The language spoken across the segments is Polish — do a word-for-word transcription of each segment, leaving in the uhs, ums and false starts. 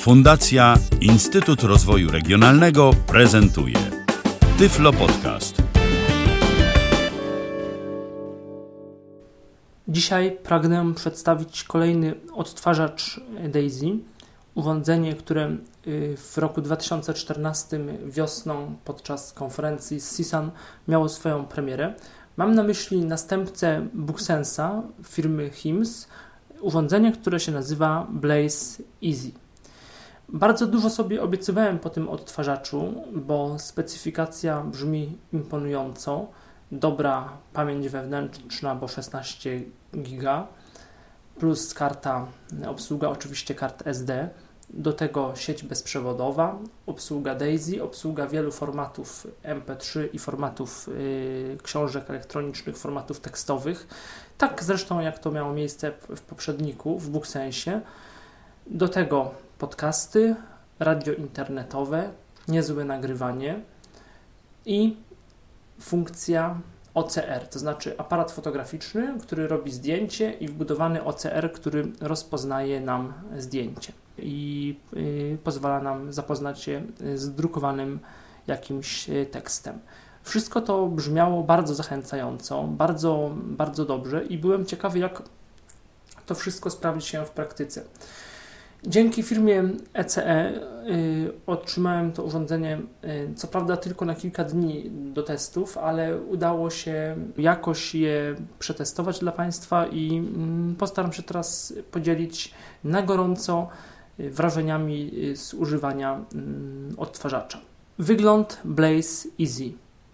Fundacja Instytut Rozwoju Regionalnego prezentuje Tyflo Podcast. Dzisiaj pragnę przedstawić kolejny odtwarzacz Daisy, urządzenie, które w roku dwa tysiące czternastym wiosną podczas konferencji z CSUN miało swoją premierę. Mam na myśli następcę BookSense'a firmy HIMSS, urządzenie, które się nazywa Blaze Easy. Bardzo dużo sobie obiecywałem po tym odtwarzaczu, bo specyfikacja brzmi imponująco. Dobra pamięć wewnętrzna, bo szesnaście giga, plus karta, obsługa oczywiście kart S D, do tego sieć bezprzewodowa, obsługa Daisy, obsługa wielu formatów M P trzy i formatów yy, książek elektronicznych, formatów tekstowych, tak zresztą jak to miało miejsce w poprzedniku, w BookSense'ie. Do tego podcasty, radio internetowe, niezłe nagrywanie i funkcja O C R, to znaczy aparat fotograficzny, który robi zdjęcie i wbudowany O C R, który rozpoznaje nam zdjęcie i y, pozwala nam zapoznać się z drukowanym jakimś tekstem. Wszystko to brzmiało bardzo zachęcająco, bardzo, bardzo dobrze i byłem ciekawy, jak to wszystko sprawdzi się w praktyce. Dzięki firmie E C E y, otrzymałem to urządzenie, y, co prawda tylko na kilka dni do testów, ale udało się jakoś je przetestować dla Państwa i y, postaram się teraz podzielić na gorąco y, wrażeniami y, z używania y, odtwarzacza. Wygląd Blaze Easy.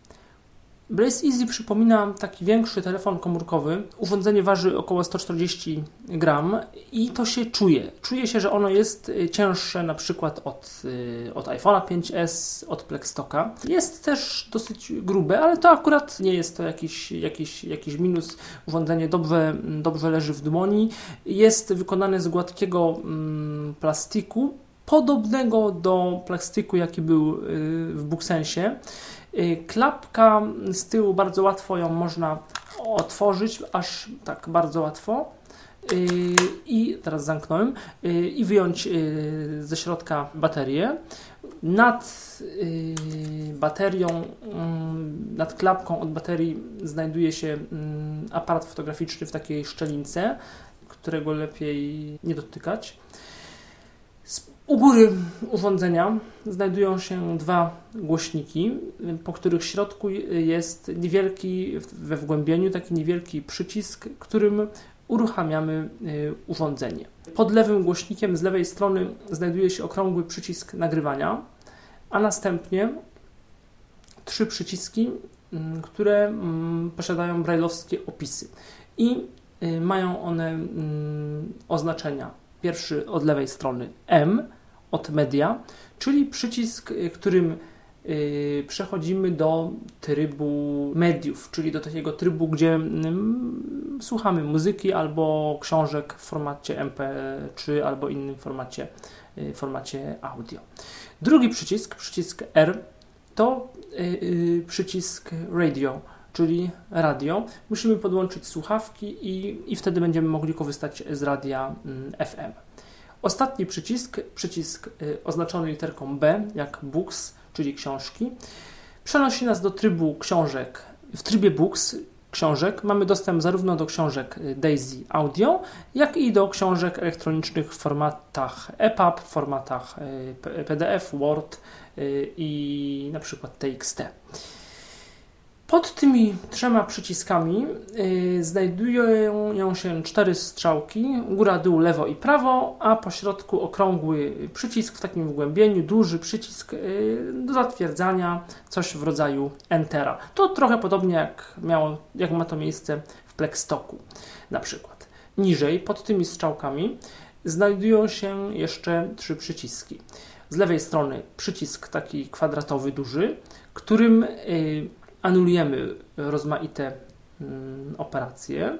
Blaze Easy przypomina taki większy telefon komórkowy. Urządzenie waży około sto czterdzieści gram i to się czuje. Czuje się, że ono jest cięższe na przykład od, od iPhone'a pięć S, od Plexstocka. Jest też dosyć grube, ale to akurat nie jest to jakiś, jakiś, jakiś minus. Urządzenie dobrze, dobrze leży w dłoni. Jest wykonane z gładkiego mm, plastiku, podobnego do plastiku, jaki był w BookSense'ie. Klapka z tyłu, bardzo łatwo ją można otworzyć, aż tak bardzo łatwo i teraz zamknąłem i wyjąć ze środka baterię. Nad baterią, nad klapką od baterii znajduje się aparat fotograficzny w takiej szczelince, którego lepiej nie dotykać. U góry urządzenia znajdują się dwa głośniki, po których w środku jest niewielki, we wgłębieniu taki niewielki przycisk, którym uruchamiamy urządzenie. Pod lewym głośnikiem z lewej strony znajduje się okrągły przycisk nagrywania, a następnie trzy przyciski, które posiadają brajlowskie opisy i mają one oznaczenia. Pierwszy od lewej strony M, od media, czyli przycisk, którym y, przechodzimy do trybu mediów, czyli do takiego trybu, gdzie y, słuchamy muzyki albo książek w formacie M P trzy albo innym formacie, y, formacie audio. Drugi przycisk, przycisk R, to y, y, przycisk radio, czyli radio. Musimy podłączyć słuchawki i, i wtedy będziemy mogli korzystać z radia F M. Ostatni przycisk, przycisk y, oznaczony literką B, jak Books, czyli książki, przenosi nas do trybu książek. W trybie Books, książek, mamy dostęp zarówno do książek Daisy Audio, jak i do książek elektronicznych w formatach E P U B, w formatach y, P D F, Word y, i na przykład T X T. Pod tymi trzema przyciskami yy, znajdują się cztery strzałki, góra, dół, lewo i prawo, a po środku okrągły przycisk w takim wgłębieniu, duży przycisk yy, do zatwierdzania, coś w rodzaju Entera. To trochę podobnie jak, miało, jak ma to miejsce w Plexstocku na przykład. Niżej, pod tymi strzałkami, znajdują się jeszcze trzy przyciski. Z lewej strony przycisk taki kwadratowy, duży, którym yy, anulujemy rozmaite mm, operacje.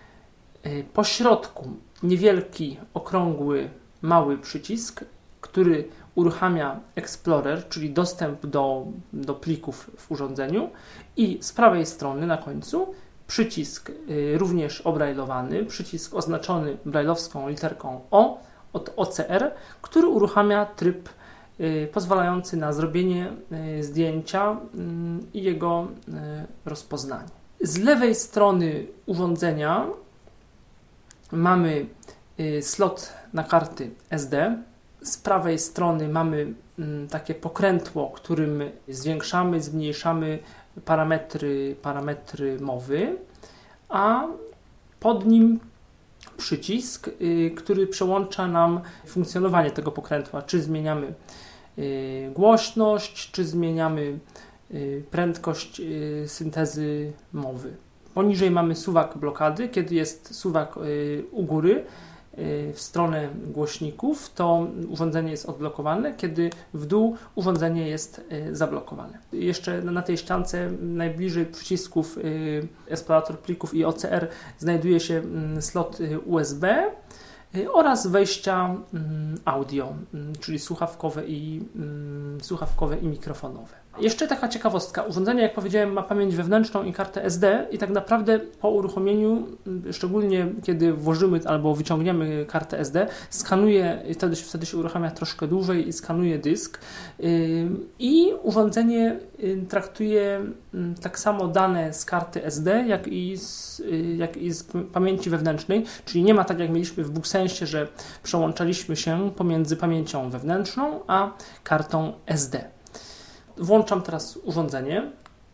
Po środku niewielki, okrągły, mały przycisk, który uruchamia Explorer, czyli dostęp do, do plików w urządzeniu i z prawej strony na końcu przycisk y, również obrajlowany, przycisk oznaczony brajlowską literką O od O C R, który uruchamia tryb pozwalający na zrobienie zdjęcia i jego rozpoznanie. Z lewej strony urządzenia mamy slot na karty S D. Z prawej strony mamy takie pokrętło, którym zwiększamy, zmniejszamy parametry, parametry mowy, a pod nim przycisk, który przełącza nam funkcjonowanie tego pokrętła, czy zmieniamy głośność, czy zmieniamy prędkość syntezy mowy. Poniżej mamy suwak blokady. Kiedy jest suwak u góry w stronę głośników, to urządzenie jest odblokowane, kiedy w dół urządzenie jest zablokowane. Jeszcze na tej ściance najbliżej przycisków eksplorator plików i O C R znajduje się slot U S B oraz wejścia audio, czyli słuchawkowe i, słuchawkowe i mikrofonowe. Jeszcze taka ciekawostka. Urządzenie, jak powiedziałem, ma pamięć wewnętrzną i kartę S D i tak naprawdę po uruchomieniu, szczególnie kiedy włożymy albo wyciągniemy kartę S D, skanuje, wtedy, wtedy się uruchamia troszkę dłużej i skanuje dysk i urządzenie traktuje tak samo dane z karty S D, jak i z, jak i z pamięci wewnętrznej, czyli nie ma tak jak mieliśmy w BookSensie, że przełączaliśmy się pomiędzy pamięcią wewnętrzną a kartą S D. Włączam teraz urządzenie.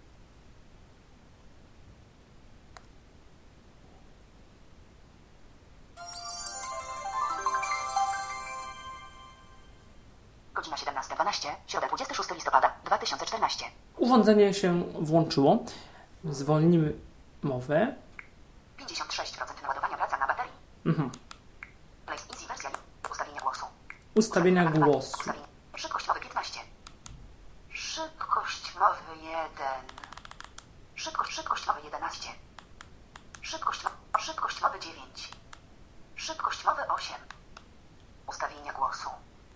Godzina siedemnasta dwanaście, środa dwudziestego szóstego listopada dwa tysiące czternastego. Urządzenie się włączyło. Zwolnimy mowę. pięćdziesiąt sześć procent naładowania wraca na baterii. Mhm. Play Easy wersja. Ustawienia głosu. Ustawienia głosu. Ustawienia. Szybkość mowy piętnaście. Szybkość mowy jeden. Szybkość, szybkość mowy jedenaście. Szybkość, szybkość mowy dziewięć. Szybkość mowy osiem. Ustawienia głosu.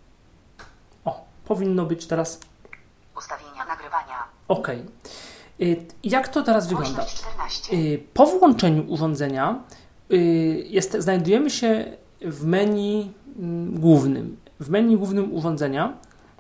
O, powinno być teraz. Ustawienia nagrywania. OK. Jak to teraz wygląda? Głośność czternaście. Po włączeniu urządzenia jest, znajdujemy się w menu głównym. W menu głównym urządzenia,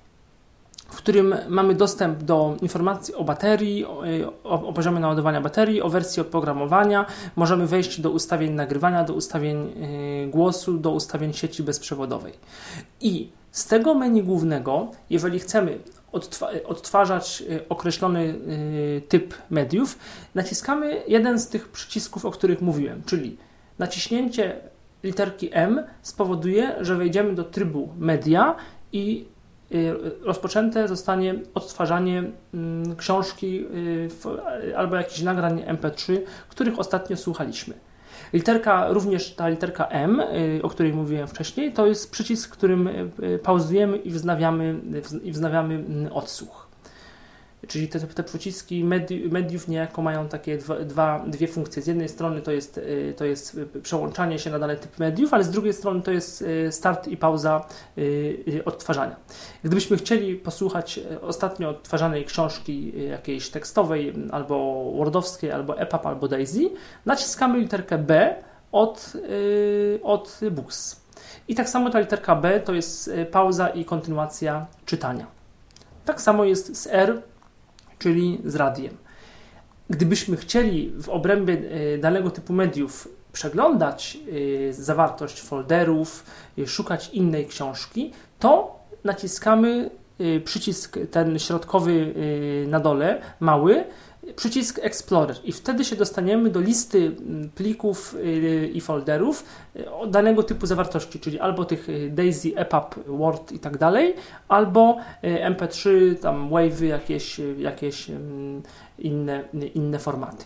w którym mamy dostęp do informacji o baterii, o, o, o poziomie naładowania baterii, o wersji oprogramowania. Możemy wejść do ustawień nagrywania, do ustawień y, głosu, do ustawień sieci bezprzewodowej. I z tego menu głównego, jeżeli chcemy odtwa- odtwarzać y, określony y, typ mediów, naciskamy jeden z tych przycisków, o których mówiłem, czyli naciśnięcie literki M spowoduje, że wejdziemy do trybu media i rozpoczęte zostanie odtwarzanie książki albo jakichś nagrań M P trzy, których ostatnio słuchaliśmy. Literka, również ta literka M, o której mówiłem wcześniej, to jest przycisk, którym pauzujemy i wznawiamy, i wznawiamy odsłuch. Czyli te, te przyciski medi, mediów niejako mają takie dwa, dwa, dwie funkcje. Z jednej strony to jest, to jest przełączanie się na dany typ mediów, ale z drugiej strony to jest start i pauza odtwarzania. Gdybyśmy chcieli posłuchać ostatnio odtwarzanej książki jakiejś tekstowej, albo wordowskiej, albo E P U B, albo Daisy, naciskamy literkę B od, od Books. I tak samo ta literka B to jest pauza i kontynuacja czytania. Tak samo jest z R, czyli z radiem. Gdybyśmy chcieli w obrębie danego typu mediów przeglądać zawartość folderów, szukać innej książki, to naciskamy przycisk ten środkowy na dole, mały, przycisk Explorer i wtedy się dostaniemy do listy plików i folderów danego typu zawartości, czyli albo tych Daisy, E P U B, Word i tak dalej, albo M P trzy, tam Wave'y, jakieś, jakieś inne, inne formaty.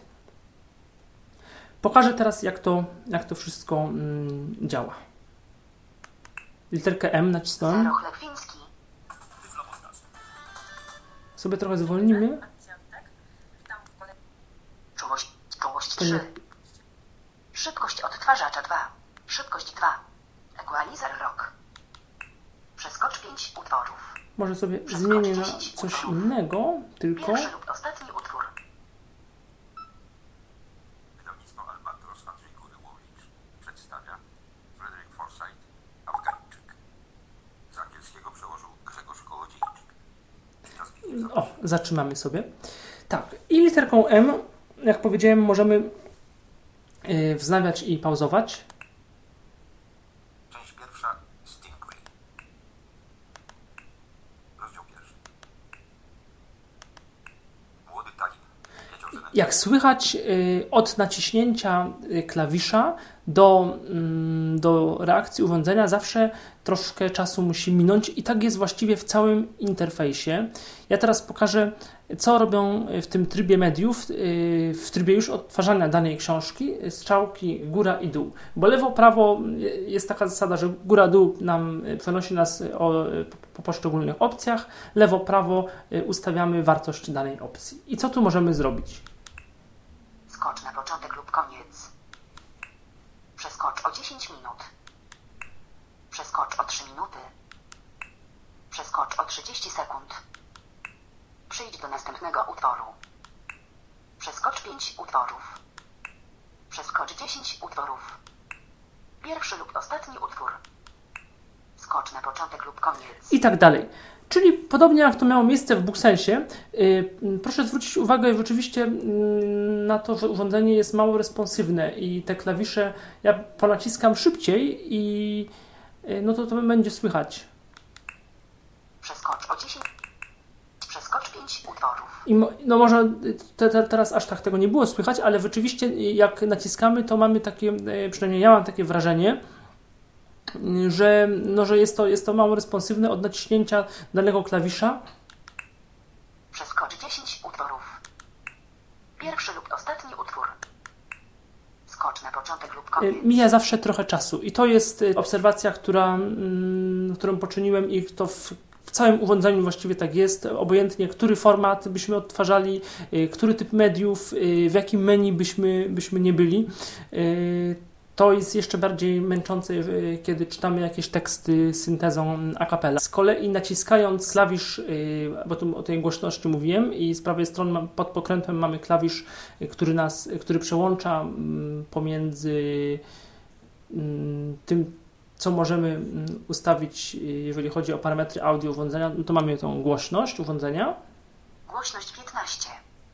Pokażę teraz, jak to, jak to wszystko działa. Literkę M nacisnąłem. Sobie trochę zwolnimy. Czułość, czułość trzy. Szybkość odtwarzacza dwa. Szybkość dwa. Equalizer rock. Przeskocz pięć utworów. Może sobie zmienię na coś innego, tylko... Pierwszy lub ostatni utwór. Wydawnictwo Albatros Andrzej Kuryłowicz przedstawia Frederick Forsyth, Afgańczyk. O, zatrzymamy sobie. Tak, i literką M, jak powiedziałem, możemy yy, wznawiać i pauzować. Część pierwsza. Stingray. Rozdział pierwszy. Młody Talin wiedział, że... Jak słychać, yy, od naciśnięcia yy, klawisza do, yy, do reakcji urządzenia zawsze troszkę czasu musi minąć i tak jest właściwie w całym interfejsie. Ja teraz pokażę, co robią w tym trybie mediów, yy, w trybie już odtwarzania danej książki, strzałki góra i dół. Bo lewo, prawo jest taka zasada, że góra, dół nam przenosi nas o, po poszczególnych opcjach, lewo, prawo ustawiamy wartość danej opcji. I co tu możemy zrobić? Skocz na początek lub koniec. Przeskocz o dziesięć minut. Przeskocz o trzy minuty. Przeskocz o trzydzieści sekund. Przyjdź do następnego utworu. Przeskocz pięć utworów. Przeskocz dziesięć utworów. Pierwszy lub ostatni utwór. Skocz na początek lub koniec. I tak dalej. Czyli podobnie jak to miało miejsce w BookSensie, yy, proszę zwrócić uwagę rzeczywiście yy, na to, że urządzenie jest mało responsywne i te klawisze ja ponaciskam szybciej i yy, no to to będzie słychać. Przeskocz o dziesięć. Przeskocz pięć utworów. I mo, no może te, te, teraz aż tak tego nie było słychać, ale rzeczywiście jak naciskamy, to mamy takie, yy, przynajmniej ja mam takie wrażenie, że, no, że jest, to, jest to mało responsywne od naciśnięcia danego klawisza. Przeskocz dziesięć utworów. Pierwszy lub ostatni utwór. Skocz na początek lub koniec. Mija zawsze trochę czasu i to jest obserwacja, która, mm, którą poczyniłem i to w, w całym urządzeniu właściwie tak jest. Obojętnie, który format byśmy odtwarzali, który typ mediów, w jakim menu byśmy, byśmy nie byli. To jest jeszcze bardziej męczące, kiedy czytamy jakieś teksty syntezą a cappella. Z kolei naciskając klawisz, bo tu o tej głośności mówiłem, i z prawej strony pod pokrętłem mamy klawisz, który nas, który przełącza pomiędzy tym, co możemy ustawić, jeżeli chodzi o parametry audio urządzenia, no to mamy tą głośność urządzenia. Głośność piętnaście.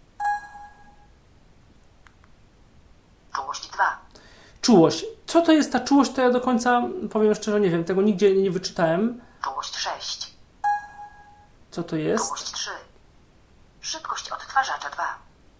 Czułość dwa. Czułość. Co to jest ta czułość, to ja do końca, powiem szczerze, nie wiem. Tego nigdzie nie wyczytałem. Czułość sześć. Co to jest? Czułość trzy. Szybkość odtwarzacza dwa.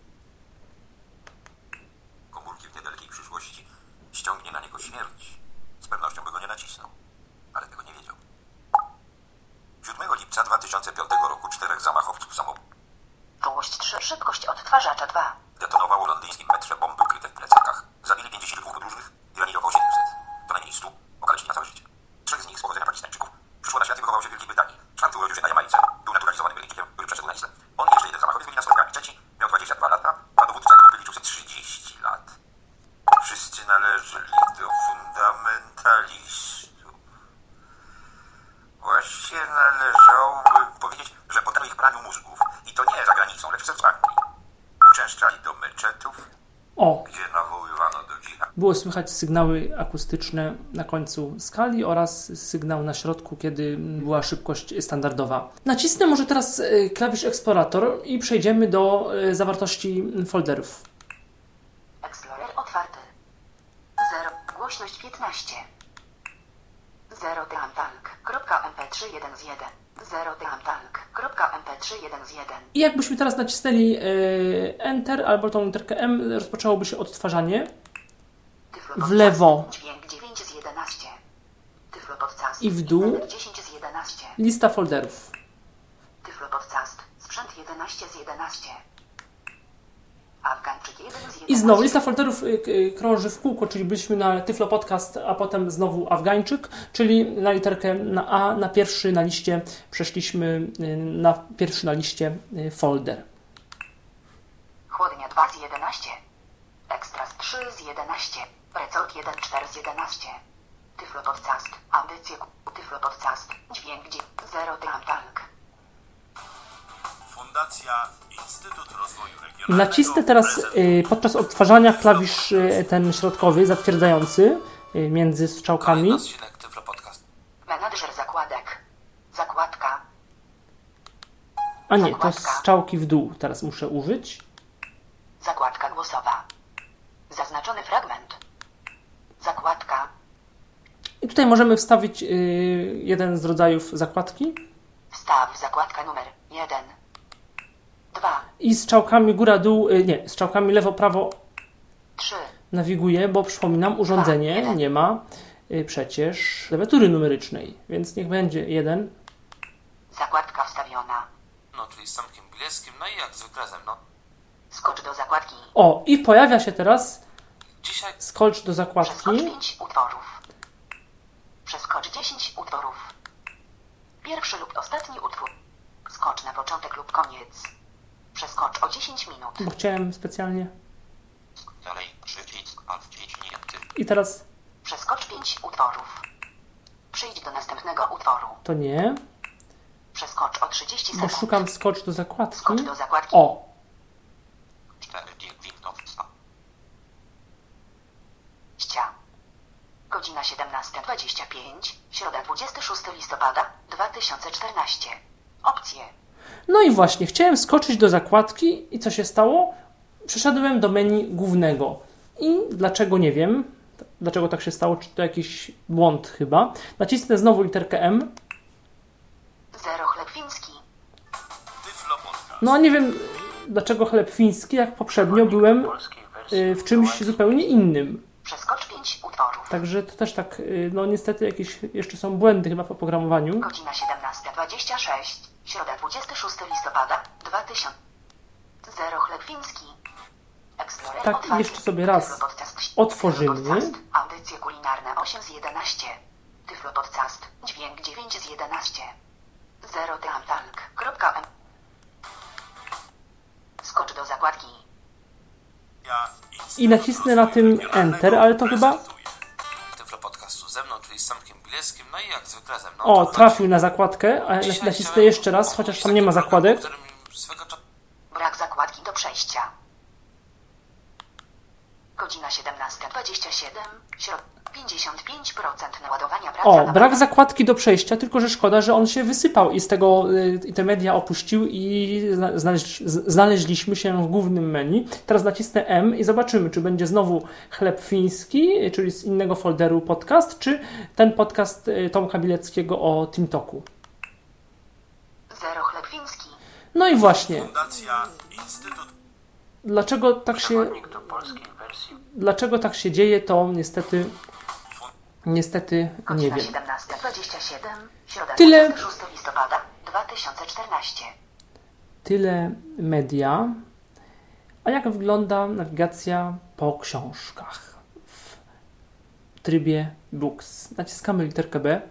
Komórki w niedalekiej przyszłości ściągnie na niego śmierć. Z pewnością by go nie nacisnął, ale tego nie wiedział. siódmego lipca dwa tysiące piątego roku czterech zamachowców samobójczych. Czułość trzy. Szybkość odtwarzacza dwa. Detonowało w londyńskim metrze bomby ukryte w plecakach. Zabili pięćdziesięciu dwóch podróżnych i raniowało siedemset. To najmniej stu okalecili na całe życie. Trzech z nich z pochodzenia Pakistańczyków przyszło na świat i wychował się w Wielkiej Brytanii. Czwarty urodził się na Jamajce. Był naturalizowanym Belgikiem, który przeszedł na Island. On i jeszcze jeden zamachowiec byli nastolatkami. Trzeci miał dwadzieścia dwa lata, a dowódca grupy liczył sobie trzydzieści lat. Wszyscy należeli do fundamentalistów. Właściwie należałoby powiedzieć, że poddano ich praniu mózgów. I to nie za granicą, lecz w sercu Anglii. Uczęszczali do meczetów, O, gdzie nawoływano do dżihadu. było słychać sygnały akustyczne na końcu skali oraz sygnał na środku, kiedy była szybkość standardowa. Nacisnę może teraz klawisz Explorator i przejdziemy do zawartości folderów. Explorer otwarty. zero. Głośność piętnaście. zero teamtalk.mp trzy jeden z jeden. zero teamtalk.mp trzy jeden z jeden. I jakbyśmy teraz nacisnęli e, Enter albo tą literkę M, rozpoczęłoby się odtwarzanie. W lewo Dźwięk dziewięć z jedenastu. Tyflo podcast. i w dół Internet dziesięć z jedenastu. lista folderów. Tyflo podcast. Sprzęt jedenaście z jedenastu. Afgańczyk jeden z jedenastu. I znowu lista folderów y, y, krąży w kółko, czyli byliśmy na Tyflo Podcast, a potem znowu Afgańczyk, czyli na literkę na A, na pierwszy na liście przeszliśmy y, na pierwszy na liście y, folder. Chłodnia dwa z jedenastu. Ekstras trzy z jedenastu. Recort jeden cztery z jedenastu. Tyflo Podcast. Audycje Tyflo Podcast. Dźwięk zero teamtalk. Fundacja Instytut Rozwoju Regionalnego. Nacisnę teraz y, podczas odtwarzania klawisz y, ten środkowy, zatwierdzający y, między strzałkami. Menadżer zakładek. Zakładka. A nie, to Zakładka. strzałki w dół teraz muszę użyć. Zakładka głosowa. Zaznaczony fragment. Zakładka. I tutaj możemy wstawić yy, jeden z rodzajów zakładki. Wstaw zakładka numer jeden. dwa. I strzałkami góra-dół, yy, nie, strzałkami lewo-prawo trzy. nawiguję, bo przypominam, urządzenie jeden. nie ma yy, przecież klawiatury numerycznej, więc niech będzie jeden. Zakładka wstawiona. No, czyli z Tomkiem Bileckim, no i jak zwykle ze mną. Skocz do zakładki. O, i pojawia się teraz Dzisiaj skocz do Przeskocz zakładki. pięć utworów. Przeskocz dziesięć utworów. Pierwszy lub ostatni utwór. Skocz na początek lub koniec. Przeskocz o dziesięć minut. Bo chciałem specjalnie. Dalej, przycisk Alt wciśnięty. I teraz Przeskocz pięć utworów. Przyjdź do następnego utworu. to nie, Przeskocz o trzydzieści bo sekund. szukam skocz do zakładki. Skocz do zakładki. O, cztery dźwięknowca. Ścia. Godzina siedemnasta dwadzieścia pięć. Środa dwudziestego szóstego listopada dwa tysiące czternastego. Opcje. no i właśnie, chciałem skoczyć do zakładki i co się stało? Przeszedłem do menu głównego. I dlaczego nie wiem, dlaczego tak się stało, czy to jakiś błąd chyba. Nacisnę znowu literkę M. Zero chlebwiński. Tyflo Podcast. No a nie wiem, dlaczego chleb fiński, jak poprzednio byłem y, w czymś zupełnie innym. Przeskocz pięć utworów. Także to też tak, y, no niestety jakieś jeszcze są błędy chyba w oprogramowaniu. Godzina siedemnasta dwadzieścia sześć. Środa dwudziestego szóstego listopada dwa tysiące. Zero chlebwiński. Explorer Tak, otwarty. jeszcze sobie raz Tyflo Podcast. otworzymy. Tyflo Podcast. Audycje kulinarne osiem z jedenastu. Tyflo Podcast. Dźwięk dziewięć z jedenastu. Zero teamtalk.m. Skocz do zakładki. Ja I nacisnę na tym Enter, ale to chyba... Tyflo Podcastu ze mną, czyli z Tomkiem Bileckim, no i jak zwykle ze mną. O, trafił na zakładkę, a Dzisiaj nacisnę chciałem jeszcze raz, chociaż omówić tam nie ma taki program, zakładek. o którym swego czasu Brak zakładki do przejścia. Godzina siedemnasta dwadzieścia siedem. Środ... pięćdziesiąt pięć procent naładowania praca O, na brak zakładki do przejścia, tylko że szkoda, że on się wysypał i z tego y, i te media opuścił i zna- znaleź, z- znaleźliśmy się w głównym menu. Teraz nacisnę M i zobaczymy, czy będzie znowu chleb fiński, czyli z innego folderu podcast, czy ten podcast y, Tomka Bileckiego o TeamTalku. Zero chlebwiński. No i właśnie, Fundacja Instytut dlaczego tak się, do polskiej wersji. dlaczego tak się dzieje, to niestety, niestety nie Godzina wiem. siedemnasta dwadzieścia siedem. Środa Tyle- dwudziestego szóstego listopada dwa tysiące czternastego. Tyle media. A jak wygląda nawigacja po książkach w trybie Books? Naciskamy literkę B.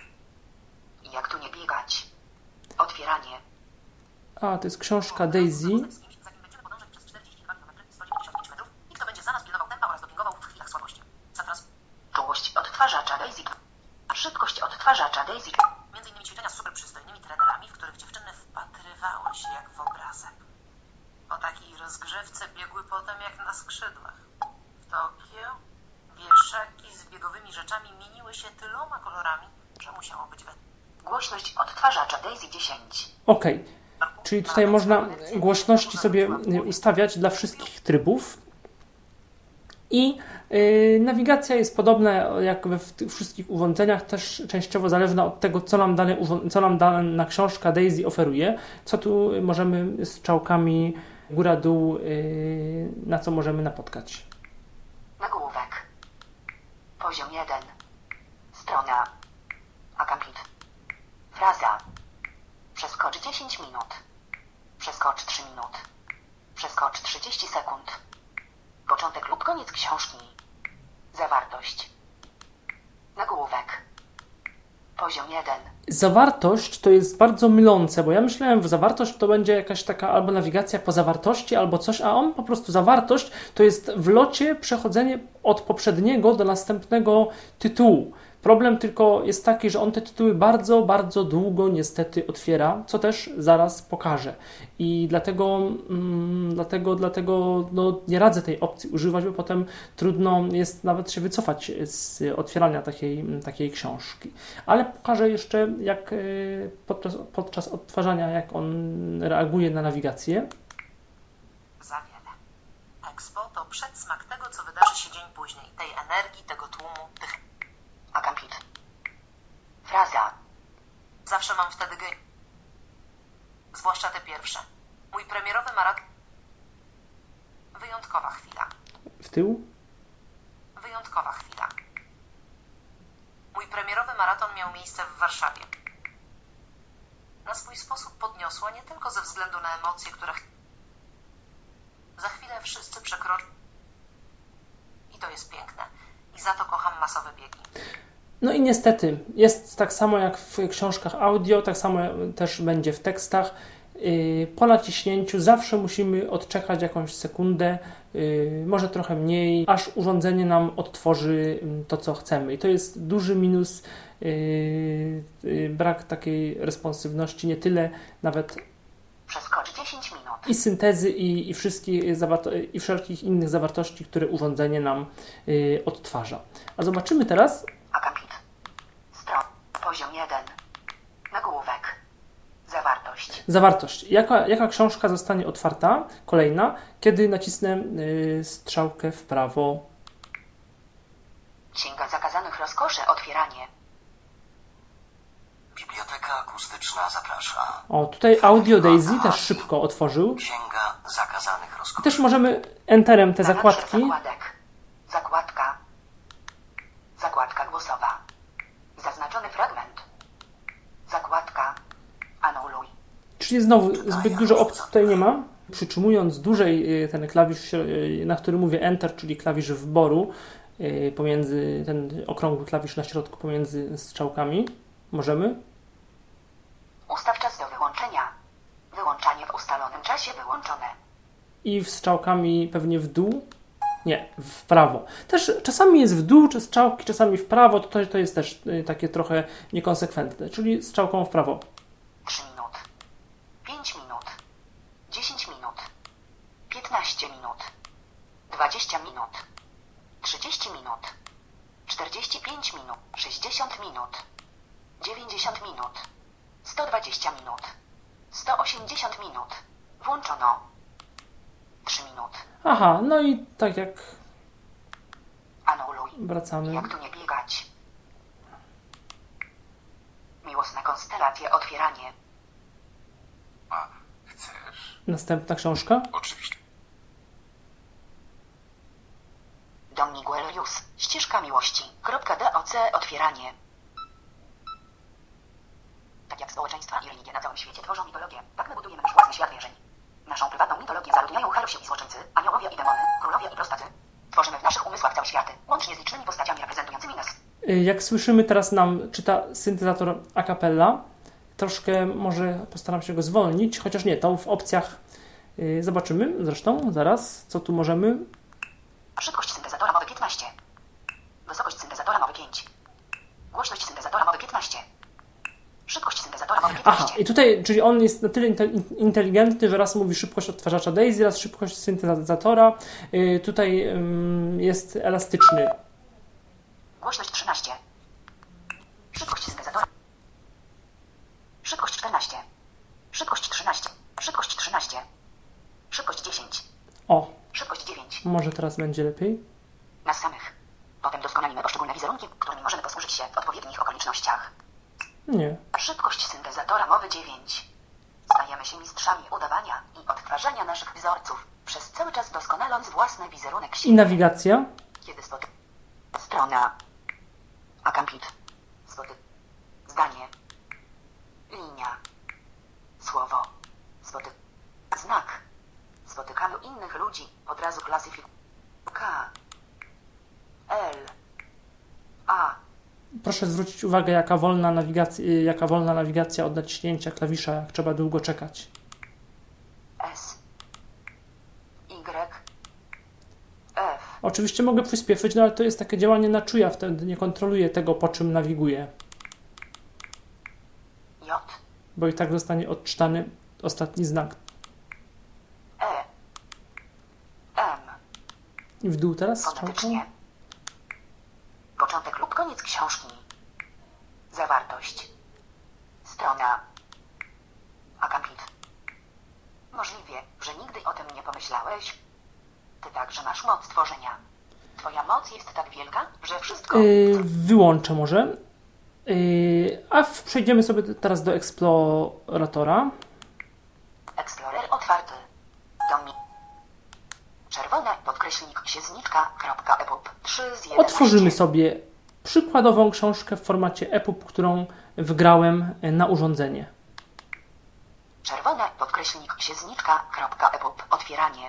Jak tu nie biegać? Otwieranie. A, to jest książka Daisy. Zanim będziemy podążać przez czterdzieści dwa kilometry, sto dziewięćdziesiąt pięć metrów, nikt to będzie za nas pilnował tempa oraz dopingował w chwilach słabości. Zatrans... Czułość odtwarzacza Daisy. Szybkość odtwarzacza Daisy. Między innymi ćwiczenia z super przystojnymi trenerami, w których dziewczyny wpatrywały się jak w obrazek. Po takiej rozgrzewce biegły potem jak na skrzydłach. W Tokio wieszaki z biegowymi rzeczami mieniły się tyloma kolorami, że musiało być we... Głośność odtwarzacza Daisy dziesięć. Ok, czyli tutaj można głośności sobie y, ustawiać dla wszystkich trybów. I y, nawigacja jest podobna jak we w tych wszystkich urządzeniach, też częściowo zależna od tego, co nam, dane, urząd- co nam dana książka Daisy oferuje, co tu możemy strzałkami góra-dół, y, na co możemy napotkać. Nagłówek. Poziom jeden. Strona. Akamplit. Fraza. Przeskocz dziesięć minut. Przeskocz trzy minut. Przeskocz trzydzieści sekund. Początek lub koniec książki. Zawartość. Nagłówek. Poziom jeden. Zawartość to jest bardzo mylące, bo ja myślałem, że zawartość to będzie jakaś taka albo nawigacja po zawartości, albo coś, a on po prostu zawartość to jest w locie przechodzenie od poprzedniego do następnego tytułu. Problem tylko jest taki, że on te tytuły bardzo, bardzo długo niestety otwiera, co też zaraz pokażę. I dlatego, mm, dlatego, dlatego no, nie radzę tej opcji używać, bo potem trudno jest nawet się wycofać z otwierania takiej, takiej książki. Ale pokażę jeszcze, jak y, podczas, podczas odtwarzania, jak on reaguje na nawigację. Za wiele. Expo to przedsmak tego, co wydarzy się dzień później. Tej energii, tego tłumu, tych... Akampit. Fraza. Zawsze mam wtedy gej. Zwłaszcza te pierwsze. Mój premierowy maraton. Wyjątkowa chwila. W tył. Wyjątkowa chwila. Mój premierowy maraton miał miejsce w Warszawie. Na swój sposób podniosła nie tylko ze względu na emocje, które... Za chwilę wszyscy przekroczą. I to jest piękne. I za to kocham masowe biegi. No i niestety, jest tak samo jak w książkach audio, tak samo też będzie w tekstach. Po naciśnięciu zawsze musimy odczekać jakąś sekundę, może trochę mniej, aż urządzenie nam odtworzy to, co chcemy. I to jest duży minus, brak takiej responsywności, nie tyle nawet Przeskocz dziesięć minut. i syntezy, i, i, wszystkich i wszelkich innych zawartości, które urządzenie nam odtwarza. A zobaczymy teraz. Akampit. Stron. Poziom jeden. Nagłówek. Zawartość. Zawartość. Jaka, jaka książka zostanie otwarta? Kolejna, kiedy nacisnę y, strzałkę w prawo. Księga zakazanych rozkoszy. Otwieranie. Biblioteka akustyczna zaprasza. O, tutaj Audio Daisy też szybko otworzył. Księga zakazanych rozkoszy. Też możemy enterem te Manager zakładki. zakładek. Zakładka. Zakładka głosowa. Zaznaczony fragment. Zakładka. Anuluj. Czyli znowu zbyt dużo opcji tutaj nie ma. Przytrzymując dłużej y, ten klawisz, y, na którym mówię Enter, czyli klawisz wyboru, y, pomiędzy ten okrągły klawisz na środku pomiędzy strzałkami, możemy. Ustaw czas do wyłączenia. Wyłączanie w ustalonym czasie wyłączone. I strzałkami pewnie w dół. Nie, w prawo. Też czasami jest w dół, czy strzałki, czasami w prawo. To, to jest też y, takie trochę niekonsekwentne. Czyli strzałką w prawo. trzy minut. pięć minut. dziesięć minut. piętnaście minut. dwadzieścia minut. trzydzieści minut. czterdzieści pięć minut. sześćdziesiąt minut. dziewięćdziesiąt minut. sto dwadzieścia minut. sto osiemdziesiąt minut. Włączono. trzy minut. Aha, no i tak jak Anuluj. wracamy. Jak tu nie biegać? Miłosna konstelacja. Otwieranie. A, chcesz? Następna książka. Oczywiście. Don Miguelius. Ścieżka miłości. Kropka doc. Otwieranie. Tak jak społeczeństwa i religie na całym świecie tworzą mitologię, tak my budujemy nasz własny świat wierzeń. Naszą prywatną mitologię zaludniają Halusi i złoczyńcy, aniołowie i demony, królowie i prostacy. Tworzymy w naszych umysłach całe światy, łącznie z licznymi postaciami reprezentującymi nas. Jak słyszymy, teraz nam czyta syntezator a cappella. Troszkę może postaram się go zwolnić, chociaż nie, to w opcjach yy, zobaczymy zresztą zaraz, co tu możemy. Szybkość syntezatora mowy piętnaście. Wysokość syntezatora mowy pięć. Głośność syntezatora mowy piętnaście. Szybkość syntezatora mowy piętnaście. Aha, i tutaj, czyli on jest na tyle inteligentny, że raz mówi szybkość odtwarzacza Daisy, raz szybkość syntezatora. Yy, tutaj yy, jest elastyczny. Głośność trzynaście. Szybkość syntezatora. Szybkość czternaście. Szybkość trzynaście. Szybkość trzynaście. Szybkość dziesięć. O, Szybkość dziewięć. może teraz będzie lepiej. Nas samych. Potem doskonalimy poszczególne wizerunki, którymi możemy posłużyć się w odpowiednich okolicznościach. Nie. Szybkość syntezatora mowy dziewięć. Stajemy się mistrzami udawania i odtwarzania naszych wzorców, przez cały czas doskonaląc własny wizerunek I siebie. nawigacja. Kiedy spoty... Strona. Akampit. Spoty... Zdanie. Linia. Słowo. Spoty... Znak. Spotykamy innych ludzi. Od razu klasyfik... K. L. A. Proszę zwrócić uwagę, jaka wolna nawigacja, jaka wolna nawigacja od naciśnięcia klawisza, jak trzeba długo czekać. S. Y. F. Oczywiście mogę przyspieszyć, no ale to jest takie działanie na czuja, wtedy nie kontroluję tego, po czym nawiguję, J, bo i tak zostanie odczytany ostatni znak. E, M. I w dół teraz strzałką. Fonetycznie. Początek lub koniec książki. Zawartość. Strona. Akapit. Możliwe, że nigdy o tym nie pomyślałeś. Ty także masz moc tworzenia. Twoja moc jest tak wielka, że wszystko... Yy, wyłączę może. Yy, a w, przejdziemy sobie teraz do eksploratora. Explorer otwarty. Domi. Czerwone podkreślnik księżniczka kropka epub trzy z jedenastu. Otworzymy sobie przykładową książkę w formacie epub, którą wgrałem na urządzenie. Czerwone podkreślnik księżniczka kropka epub otwieranie.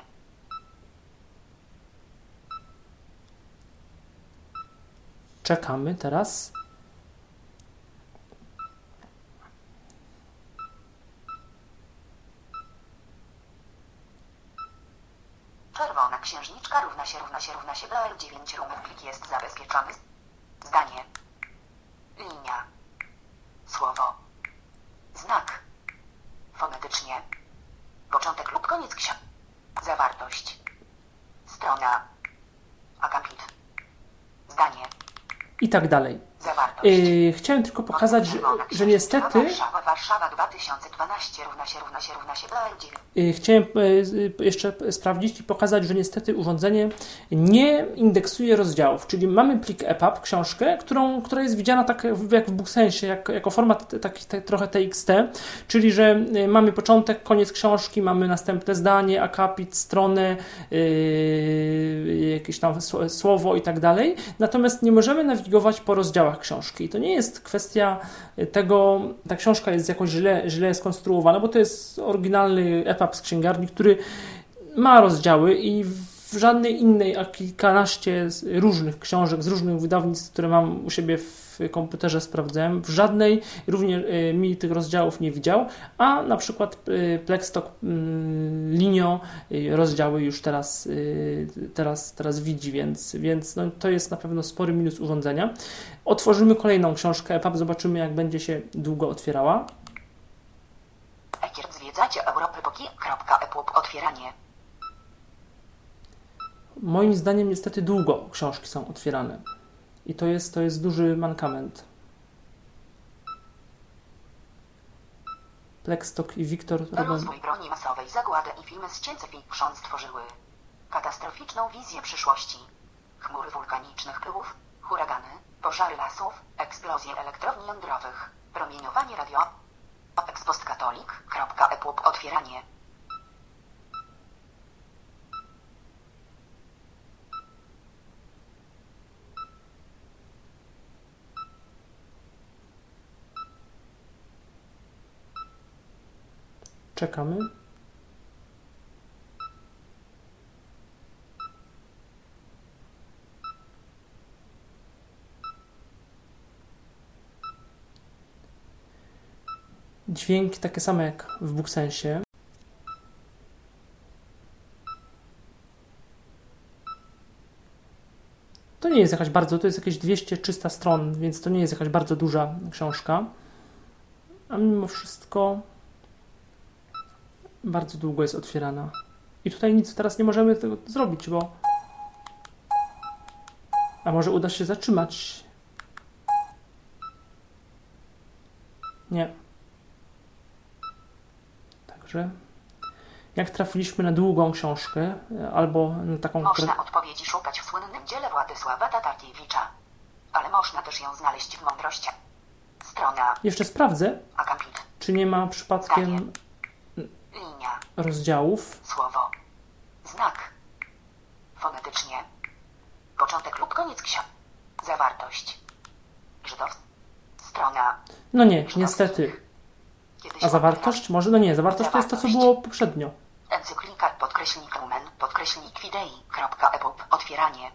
Czekamy teraz. Czerwona księżniczka równa się równa się równa się B L dziewięć rumek plik jest zabezpieczony. Zdanie. Linia. Słowo. Znak. Fonetycznie. Początek lub koniec książki. Zawartość. Strona. Akapit. Zdanie. I tak dalej. Zawartość. Yy, chciałem tylko pokazać, że, że niestety Warszawa, Warszawa dwa tysiące dwanaście równa się równa się równa się B L dziewięć. yy, chciałem yy, jeszcze sprawdzić i pokazać, że niestety urządzenie nie indeksuje rozdziałów, czyli mamy plik epub, książkę, którą, która jest widziana tak jak w BookSensie, jak, jako format taki te, trochę T X T, czyli że yy, mamy początek, koniec książki, mamy następne zdanie, akapit, stronę, yy, jakieś tam słowo i tak dalej, natomiast nie możemy nawigować po rozdziałach książki. I to nie jest kwestia tego, ta książka jest jakoś źle, źle skonstruowana, bo to jest oryginalny epub z księgarni, który ma rozdziały i w żadnej innej, a kilkanaście różnych książek z różnych wydawnictw, które mam u siebie w komputerze, sprawdzałem, w żadnej również y, mi tych rozdziałów nie widział, a na przykład y, Plexstock y, Linio y, rozdziały już teraz, y, teraz, teraz widzi, więc, więc no, to jest na pewno spory minus urządzenia. Otworzymy kolejną książkę epub, zobaczymy jak będzie się długo otwierała. Ekier zwiedzacie Europy Boki kropka epub otwieranie. Moim zdaniem niestety długo książki są otwierane. I to jest, to jest duży mankament. Plexstock i Wiktor robią... Rozwój broni masowej, zagładę i filmy z science fiction stworzyły katastroficzną wizję przyszłości. Chmury wulkanicznych pyłów, huragany, pożary lasów, eksplozje elektrowni jądrowych, promieniowanie radio... ekspostcatolic kropka epub otwieranie. Czekamy. Dźwięki takie same jak w BookSensie. To nie jest jakaś bardzo, to jest jakieś dwieście trzysta stron, więc to nie jest jakaś bardzo duża książka. A mimo wszystko bardzo długo jest otwierana. I tutaj nic teraz nie możemy tego zrobić, bo... A może uda się zatrzymać? Nie. Także... Jak trafiliśmy na długą książkę, albo na taką... Można odpowiedzi szukać w słynnym dziele Władysława Tatarkiewicza. Ale można też ją znaleźć w mądrościach. Strona... Jeszcze sprawdzę, Akapit. czy nie ma przypadkiem Linia. rozdziałów. Słowo. Znak. Fonetycznie. Początek lub koniec książki. Zawartość. Żydowska. Strona. No nie, niestety. Kiedyś A zawartość? Może? No nie, zawartość to jest to, co było poprzednio. Encyklika podkreślnik Lumen podkreślnik Widei. Kropka epub. Otwieranie.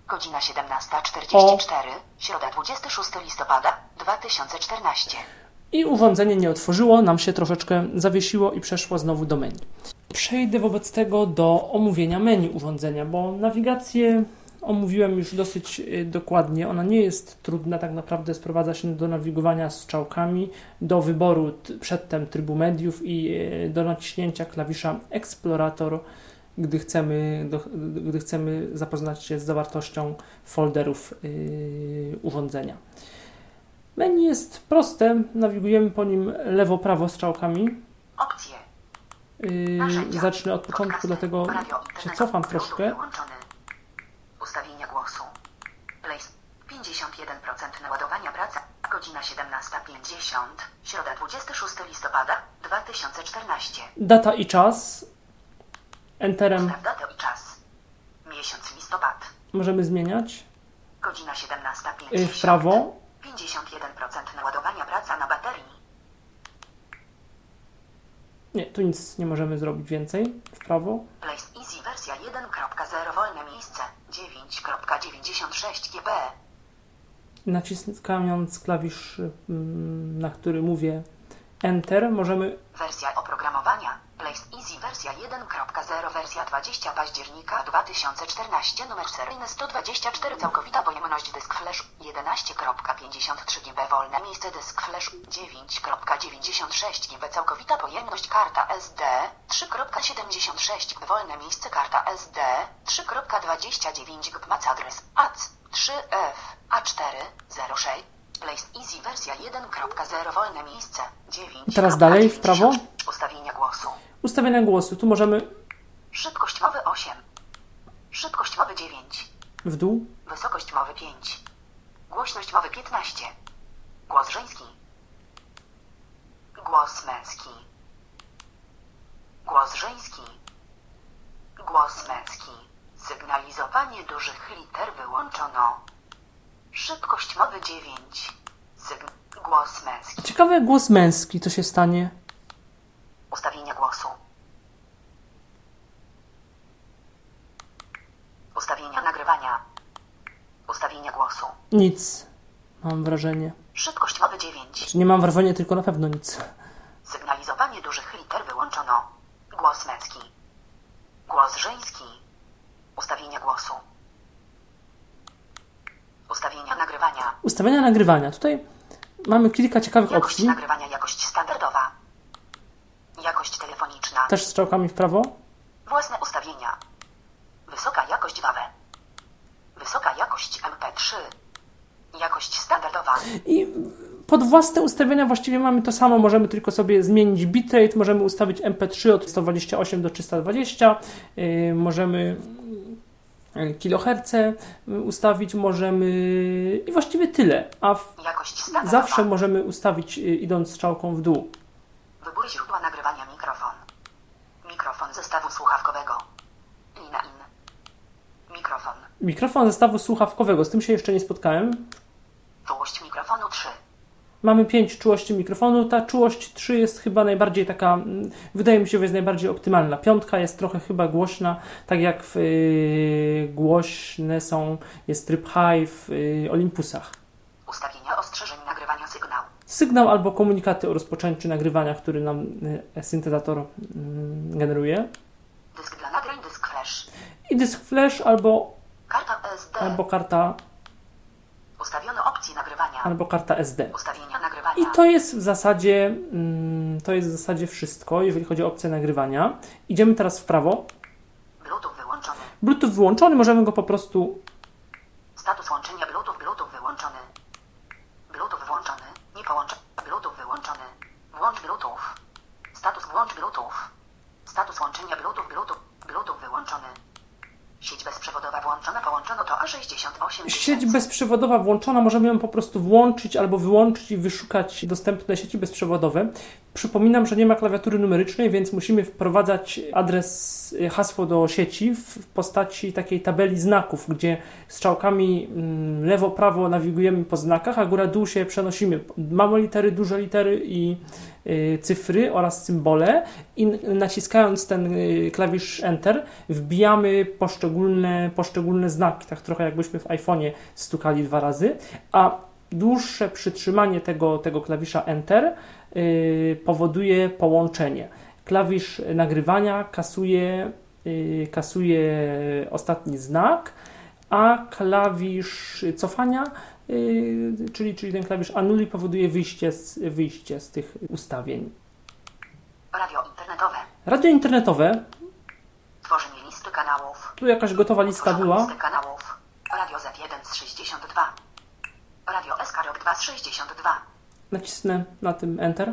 Godzina siedemnasta czterdzieści cztery, środa dwudziestego szóstego listopada dwa tysiące czternastego. I urządzenie nie otworzyło, nam się troszeczkę zawiesiło i przeszło znowu do menu. Przejdę wobec tego do omówienia menu urządzenia, bo nawigację omówiłem już dosyć dokładnie. Ona nie jest trudna, tak naprawdę sprowadza się do nawigowania strzałkami, do wyboru przedtem trybu mediów i do naciśnięcia klawisza Explorator, gdy chcemy, do, gdy chcemy zapoznać się z zawartością folderów yy, urządzenia. Menu jest proste, nawigujemy po nim lewo-prawo strzałkami. Opcje. Yy, zacznę od początku, podcasty, dlatego radio, się internet, cofam Bluetooth troszkę. wyłączony. Ustawienia głosu. Place pięćdziesiąt jeden procent naładowania praca. Godzina siedemnasta pięćdziesiąt. Środa dwudziestego szóstego listopada dwa tysiące czternastego. Data i czas. Enterem Ustaw datę i czas. Miesiąc listopad. możemy zmieniać. Godzina siedemnasta Yy, pięćdziesiąt. w prawo. pięćdziesiąt jeden procent naładowania praca na baterii. Nie, tu nic nie możemy zrobić więcej. W prawo. Place Easy wersja jeden kropka zero wolne miejsce dziewięć kropka dziewięćdziesiąt sześć giga. Naciskając klawisz, mm, na który mówię Enter, możemy Wersja oprogramowania. Place Easy wersja jeden kropka zero wersja dwudziestego października dwa tysiące czternastego. Numer seryjny sto dwadzieścia cztery. Całkowita pojemność dysk flash jedenaście kropka pięćdziesiąt trzy giga. Wolne miejsce dysk flash dziewięć kropka dziewięćdziesiąt sześć giga. Całkowita pojemność karta S D trzy kropka siedemdziesiąt sześć giga. Wolne miejsce karta S D trzy kropka dwadzieścia dziewięć giga. Mac adres A C trzy F A cztery zero sześć. Place Easy wersja jeden kropka zero wolne miejsce dziewięć. Teraz dalej w prawo. Ustawienia głosu. Ustawienia głosu. Tu możemy Szybkość mowy osiem. Szybkość mowy dziewięć. w dół. Wysokość mowy pięć. Głośność mowy piętnaście. Głos żeński. Głos męski. Głos żeński. Głos męski. Sygnalizowanie dużych liter wyłączono. Szybkość mowy dziewięć. Sygn- głos męski. Ciekawe, głos męski, co się stanie. Ustawienia głosu. Ustawienia nagrywania. Ustawienia głosu. Nic, mam wrażenie. Szybkość mowy dziewięć. Czy nie mam wrażenia, tylko na pewno nic. Sygnalizowanie dużych liter wyłączono. Głos męski. Głos żeński. Ustawienia głosu. Ustawienia nagrywania. Ustawienia nagrywania. Tutaj mamy kilka ciekawych Jakość opcji. nagrywania, jakość standardowa. Jakość telefoniczna. Też strzałkami w prawo. Własne ustawienia. Wysoka jakość W A W. Wysoka jakość M P trzy. Jakość standardowa. I pod własne ustawienia właściwie mamy to samo. Możemy tylko sobie zmienić bitrate. Możemy ustawić M P trzy od sto dwadzieścia osiem do trzysta dwadzieścia. Yy, możemy kiloherce ustawić. Możemy... I właściwie tyle. A w... Jakość standardowa. zawsze możemy ustawić yy, idąc strzałką w dół. Wybór źródła nagrywania mikrofon. Mikrofon zestawu słuchawkowego. Lina in. Mikrofon. Mikrofon zestawu słuchawkowego. Z tym się jeszcze nie spotkałem. Czułość mikrofonu trzy. Mamy pięć czułości mikrofonu. Ta czułość trzy jest chyba najbardziej taka, wydaje mi się, że jest najbardziej optymalna. Piątka jest trochę chyba głośna, tak jak w yy, głośne są, jest tryb high w yy, Olympusach. Ustawienia ostrzeżeń nagrywania sygnał. Sygnał albo komunikaty o rozpoczęciu nagrywania, który nam yy, syntezator yy, generuje. Dysk dla nagrań, dysk flash. I dysk flash albo, Karta S D. albo karta Ustawiono opcje nagrywania. albo karta S D. Ustawienia nagrywania. I to jest w zasadzie mm, to jest w zasadzie wszystko, jeżeli chodzi o opcję nagrywania. Idziemy teraz w prawo. Bluetooth wyłączony. Bluetooth wyłączony, możemy go po prostu... Status łączenia Bluetooth. Bluetooth wyłączony. Bluetooth włączony. Nie połączony. Bluetooth wyłączony. Włącz Bluetooth. Status włącz Bluetooth. Status łączenia Bluetooth. Bluetooth. Bluetooth wyłączony. Sieć bezprzewodowa włączona. Połączono to A sześćdziesiąt osiem Sieć bezprzewodowa włączona, możemy ją po prostu włączyć albo wyłączyć i wyszukać dostępne sieci bezprzewodowe. Przypominam, że nie ma klawiatury numerycznej, więc musimy wprowadzać adres, hasło do sieci w postaci takiej tabeli znaków, gdzie strzałkami lewo-prawo nawigujemy po znakach, a góra-dół się przenosimy. Małe litery, duże litery i y, cyfry oraz symbole i naciskając ten y, klawisz Enter wbijamy poszczególne, poszczególne poszczególne znaki, tak trochę jakbyśmy w iPhone'ie stukali dwa razy, a dłuższe przytrzymanie tego, tego klawisza Enter yy, powoduje połączenie. Klawisz nagrywania kasuje, yy, kasuje ostatni znak, a klawisz cofania, yy, czyli, czyli ten klawisz Annuli powoduje wyjście z, wyjście z tych ustawień. Radio internetowe. Radio internetowe. Tworzenie listy kanałów. Tu jakaś gotowa lista Utworzono była. listę kanałów. Radio Z jeden z sześćdziesiąt dwa. Radio S K R O K dwa z sześćdziesiąt dwa. Nacisnę na tym Enter.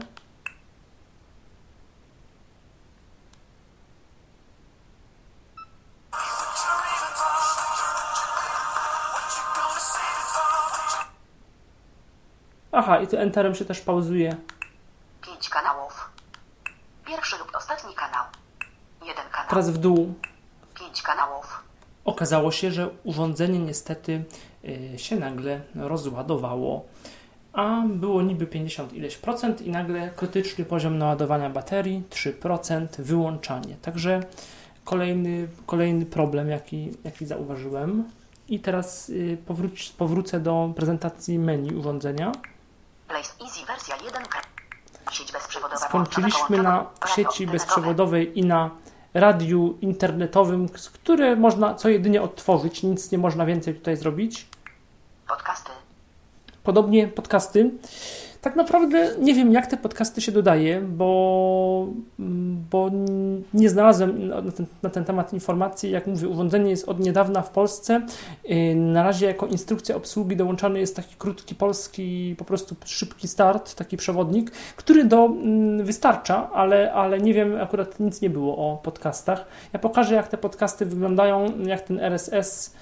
Aha, i tu Enterem się też pauzuje. pięć kanałów. Pierwszy lub ostatni kanał. jeden kanał. Teraz w dół. pięć kanałów. Okazało się, że urządzenie niestety y, się nagle rozładowało, a było niby pięćdziesiąt ileś procent i nagle krytyczny poziom naładowania baterii trzy procent, wyłączanie. Także kolejny, kolejny problem, jaki, jaki zauważyłem. I teraz y, powróć, powrócę do prezentacji menu urządzenia. Blaze Easy wersja jeden. Sieć bezprzewodowa. Skończyliśmy na Radio sieci internetowe. bezprzewodowej i na radiu internetowym, które można co jedynie odtworzyć, nic nie można więcej tutaj zrobić. Podcasty. Podobnie podcasty. Tak naprawdę nie wiem, jak te podcasty się dodaje, bo, bo nie znalazłem na ten, na ten temat informacji. Jak mówię, urządzenie jest od niedawna w Polsce. Na razie jako instrukcja obsługi dołączany jest taki krótki polski, po prostu szybki start, taki przewodnik, który do wystarcza, ale, ale nie wiem, akurat nic nie było o podcastach. Ja pokażę, jak te podcasty wyglądają, jak ten R S S.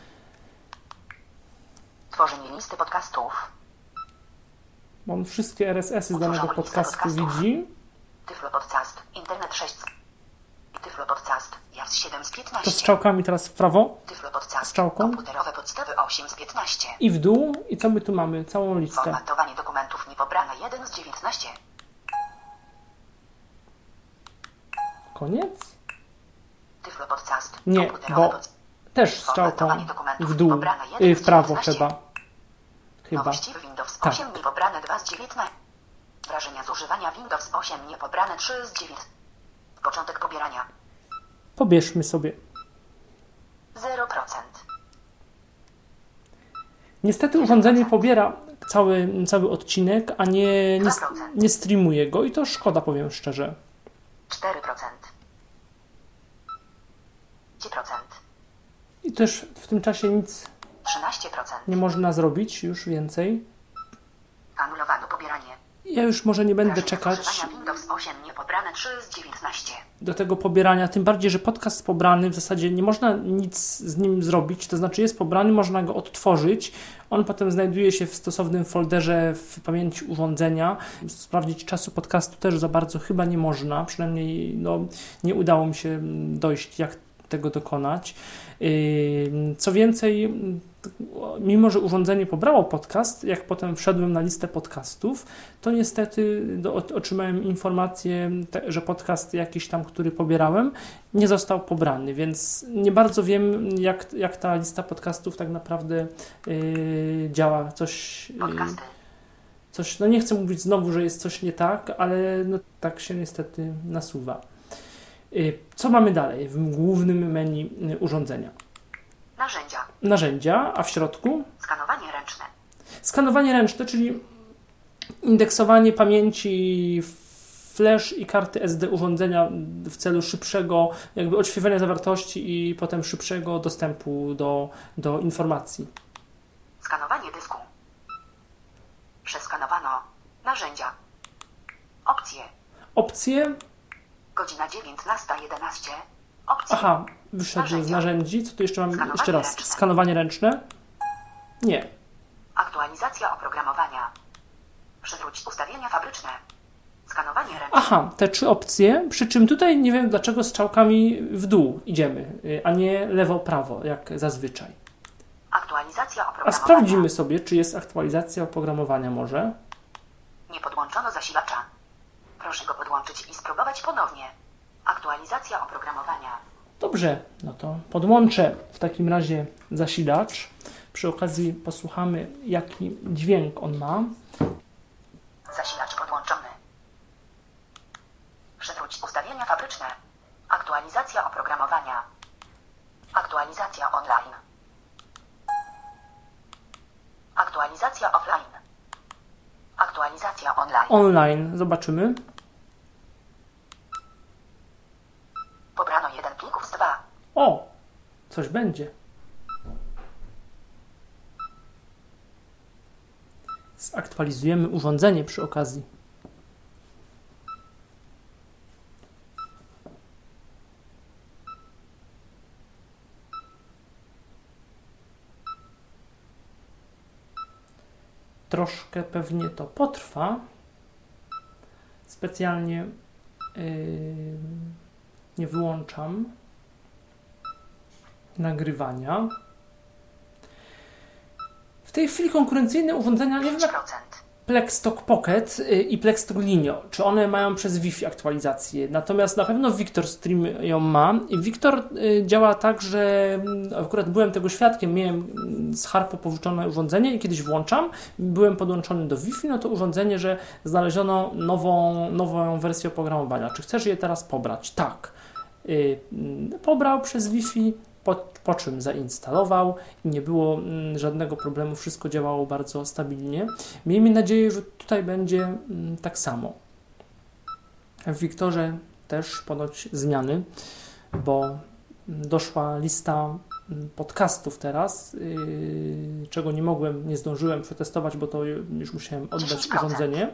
Tworzenie listy podcastów. On wszystkie R S S y z danego podcastu widzi. Tyflo Podcast, Internet sześć. Tyflo Podcast, J A S siedem z To piętnaście. strzałkami teraz w prawo. Tyflo Podcast, strzałką. komputerowe podstawy osiem z piętnaście. I w dół. I co my tu mamy? Całą listę. Formatowanie dokumentów niepobrane jeden z dziewiętnaście. Koniec? Tyflo Podcast, Nie, komputerowe bo pod- też strzałką Formatowanie dokumentów w dół. niepobrane jeden Y, z w prawo dziewiętnaście. chyba. Chyba. Nowości Windows Tak. osiem niepobrane dwa z dziewiętnaście. Wrażenia z używania Windows osiem niepobrane trzy z dziewiętnaście. Początek pobierania Pobierzmy sobie. zero procent. Niestety urządzenie pobiera cały, cały odcinek, a nie, nie, dwa procent. nie streamuje go i to szkoda, powiem szczerze. cztery procent. dziesięć procent. I też w tym czasie nic trzynaście procent. nie można zrobić już więcej. Anulowano pobieranie. Ja już może nie będę Wrażenia z czekać używania Windows osiem niepobrane trzy z dziewiętnaście. do tego pobierania, tym bardziej, że podcast pobrany w zasadzie nie można nic z nim zrobić, to znaczy jest pobrany, można go odtworzyć, on potem znajduje się w stosownym folderze w pamięci urządzenia. Sprawdzić czasu podcastu też za bardzo chyba nie można, przynajmniej no, nie udało mi się dojść, jak tego dokonać. Co więcej, mimo że urządzenie pobrało podcast, jak potem wszedłem na listę podcastów, to niestety do, otrzymałem informację, te, że podcast jakiś tam, który pobierałem, nie został pobrany, więc nie bardzo wiem, jak, jak ta lista podcastów tak naprawdę yy, działa. Coś, yy, Podcasty. coś, no nie chcę mówić znowu, że jest coś nie tak, ale no, tak się niestety nasuwa. Yy, co mamy dalej w głównym menu urządzenia? Narzędzia. Narzędzia, a w środku Skanowanie ręczne. skanowanie ręczne, czyli indeksowanie pamięci flash i karty S D urządzenia w celu szybszego jakby odświeżania zawartości i potem szybszego dostępu do, do informacji. Skanowanie dysku. Przeskanowano. Narzędzia. Opcje. Opcje, Godzina dziewiętnasta jedenaście. Opcje. aha, wyszedł z Narzędzia. narzędzi, co tu jeszcze mam? Skanowanie Jeszcze raz, ręczne. skanowanie ręczne? Nie. Aktualizacja oprogramowania. Przywróć ustawienia fabryczne. Skanowanie ręczne. Aha, te trzy opcje, przy czym tutaj nie wiem dlaczego strzałkami w dół idziemy, a nie lewo-prawo, jak zazwyczaj. Aktualizacja A oprogramowania. sprawdzimy sobie, czy jest aktualizacja oprogramowania może. Nie podłączono zasilacza. Proszę go podłączyć i spróbować ponownie. Aktualizacja oprogramowania. Dobrze, no to podłączę w takim razie zasilacz. Przy okazji posłuchamy, jaki dźwięk on ma. Zasilacz podłączony. Przywróć ustawienia fabryczne. Aktualizacja oprogramowania. Aktualizacja online. Aktualizacja offline. Aktualizacja online. Online, zobaczymy. Pobrano jeden plików z dwa. O, coś będzie. Zaktualizujemy urządzenie przy okazji. Troszkę pewnie to potrwa. Specjalnie yy, nie wyłączam nagrywania. W tej chwili konkurencyjne urządzenia, nie wiem jak Plextalk Pocket i Plextalk Linio, czy one mają przez Wi-Fi aktualizację. Natomiast na pewno Victor Stream ją ma. I Victor działa tak, że akurat byłem tego świadkiem, miałem z Harpo pożyczone urządzenie i kiedyś włączam, byłem podłączony do Wi-Fi, no to urządzenie, że znaleziono nową, nową wersję oprogramowania. Czy chcesz je teraz pobrać? Tak. Pobrał przez Wi-Fi, po, po czym zainstalował i nie było mm, żadnego problemu, wszystko działało bardzo stabilnie. Miejmy nadzieję, że tutaj będzie mm, tak samo. W Wiktorze też ponoć zmiany, bo doszła lista podcastów teraz, yy, czego nie mogłem, nie zdążyłem przetestować, bo to już musiałem oddać urządzenie.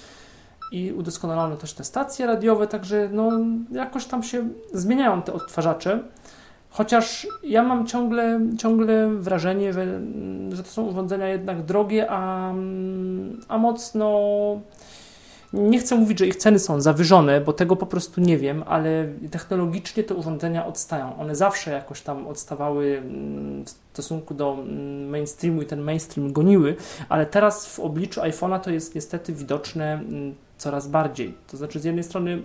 I udoskonalono też te stacje radiowe, także no, jakoś tam się zmieniają te odtwarzacze. Chociaż ja mam ciągle, ciągle wrażenie, że, że to są urządzenia jednak drogie, a, a mocno... Nie chcę mówić, że ich ceny są zawyżone, bo tego po prostu nie wiem, ale technologicznie te urządzenia odstają. One zawsze jakoś tam odstawały w stosunku do mainstreamu i ten mainstream goniły, ale teraz w obliczu iPhone'a to jest niestety widoczne coraz bardziej. To znaczy z jednej strony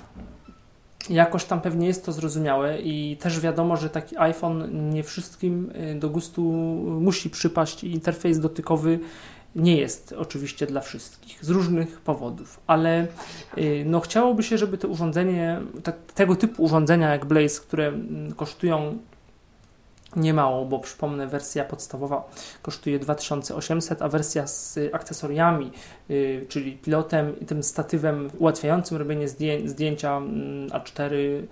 jakoś tam pewnie jest to zrozumiałe i też wiadomo, że taki iPhone nie wszystkim do gustu musi przypaść i interfejs dotykowy nie jest oczywiście dla wszystkich, z różnych powodów, ale no, chciałoby się, żeby to urządzenie, te, tego typu urządzenia jak Blaze, które kosztują niemało, bo przypomnę, wersja podstawowa kosztuje dwa tysiące osiemset, a wersja z akcesoriami, yy, czyli pilotem i tym statywem ułatwiającym robienie zdję- zdjęcia yy, A cztery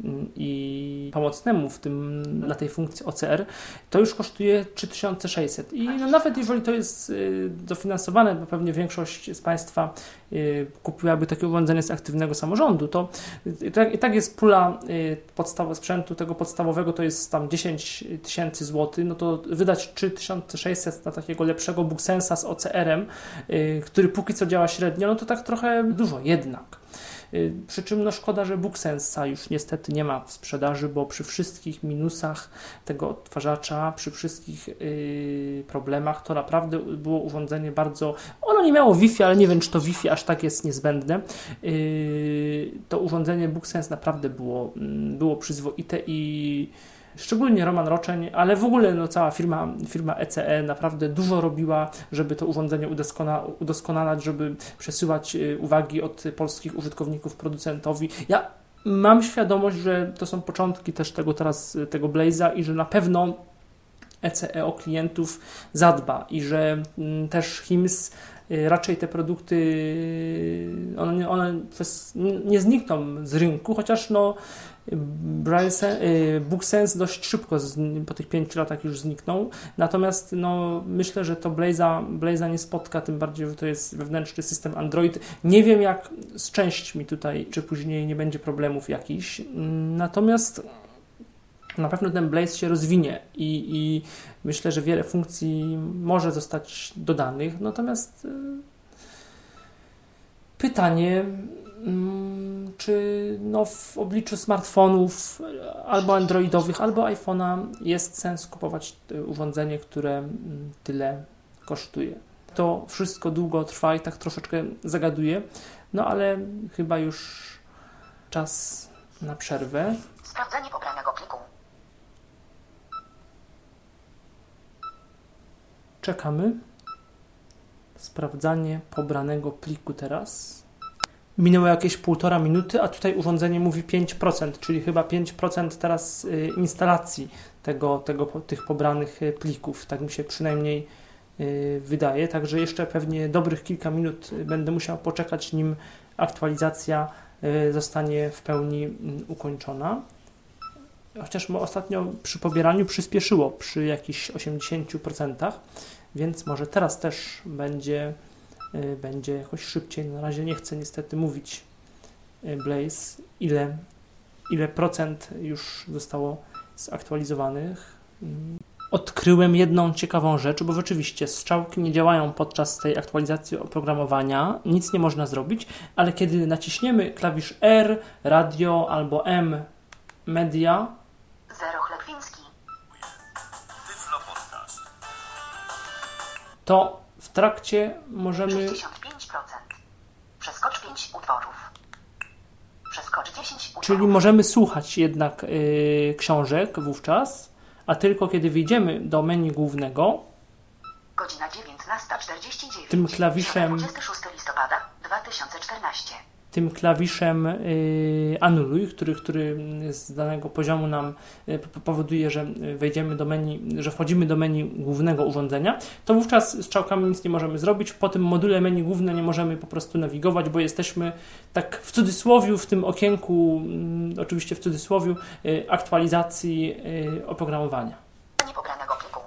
i pomocnemu w tym, na tej funkcji O C R, to już kosztuje trzy tysiące sześćset. I no, nawet jeżeli to jest y, dofinansowane, bo pewnie większość z Państwa y, kupiłaby takie urządzenie z aktywnego samorządu, to i tak, i tak jest pula y, podstaw, sprzętu tego podstawowego, to jest tam dziesięć tysięcy złotych, no to wydać trzy tysiące sześćset na takiego lepszego BookSense'a z O C R-em, y, który póki co działa średnio, no to tak trochę dużo jednak. Przy czym no szkoda, że BookSense'a już niestety nie ma w sprzedaży, bo przy wszystkich minusach tego odtwarzacza, przy wszystkich yy, problemach, to naprawdę było urządzenie bardzo... Ono nie miało Wi-Fi, ale nie wiem, czy to Wi-Fi aż tak jest niezbędne. Yy, to urządzenie BookSense naprawdę było, yy, było przyzwoite i szczególnie Roman Roczeń, ale w ogóle no, cała firma, firma E C E naprawdę dużo robiła, żeby to urządzenie udoskonala, udoskonalać, żeby przesyłać y, uwagi od polskich użytkowników producentowi. Ja mam świadomość, że to są początki też tego teraz, tego Blaze'a i że na pewno E C E o klientów zadba i że y, też H I M S y, raczej te produkty one, one nie znikną z rynku, chociaż no BookSense dość szybko po tych pięciu latach już zniknął, natomiast no, myślę, że to Blaze'a, Blaze'a nie spotka, tym bardziej, że to jest wewnętrzny system Android. Nie wiem jak z częśćmi tutaj, czy później nie będzie problemów jakichś, natomiast na pewno ten Blaze się rozwinie i, i myślę, że wiele funkcji może zostać dodanych, natomiast pytanie, czy no w obliczu smartfonów albo androidowych, albo iPhone'a jest sens kupować urządzenie, które tyle kosztuje. To wszystko długo trwa i tak troszeczkę zagaduje, no ale chyba już czas na przerwę. Sprawdzenie pobranego Czekamy. Sprawdzanie pobranego pliku teraz. Minęło jakieś półtora minuty, a tutaj urządzenie mówi pięć procent, czyli chyba pięć procent teraz y, instalacji tego, tego, tych pobranych y, plików. Tak mi się przynajmniej y, wydaje. Także jeszcze pewnie dobrych kilka minut będę musiał poczekać, nim aktualizacja y, zostanie w pełni y, ukończona. Chociaż ostatnio przy pobieraniu przyspieszyło przy jakichś osiemdziesięciu procentach, więc może teraz też będzie, y, będzie jakoś szybciej. Na razie nie chcę niestety mówić y, Blaze, ile, ile procent już zostało zaktualizowanych. Y. Odkryłem jedną ciekawą rzecz, bo rzeczywiście strzałki nie działają podczas tej aktualizacji oprogramowania, nic nie można zrobić, ale kiedy naciśniemy klawisz R, radio albo M, media, Zero Chlebwiński. Tyflo Podcast. to w trakcie możemy... sześćdziesiąt pięć procent. Przeskocz pięć utworów. Przeskocz dziesięć utworów. Czyli możemy słuchać jednak yy, książek wówczas, a tylko kiedy wyjdziemy do menu głównego, Godzina dziewiętnasta czterdzieści dziewięć. Tym klawiszem- dwudziestego szóstego listopada dwa tysiące czternastego. tym klawiszem yy, anuluj, który, który z danego poziomu nam yy, powoduje, że wejdziemy do menu, że wchodzimy do menu głównego urządzenia, to wówczas z strzałkami nic nie możemy zrobić. Po tym module menu główne nie możemy po prostu nawigować, bo jesteśmy tak w cudzysłowiu w tym okienku, yy, oczywiście w cudzysłowiu, yy, aktualizacji yy, oprogramowania. Niepobranego pliku.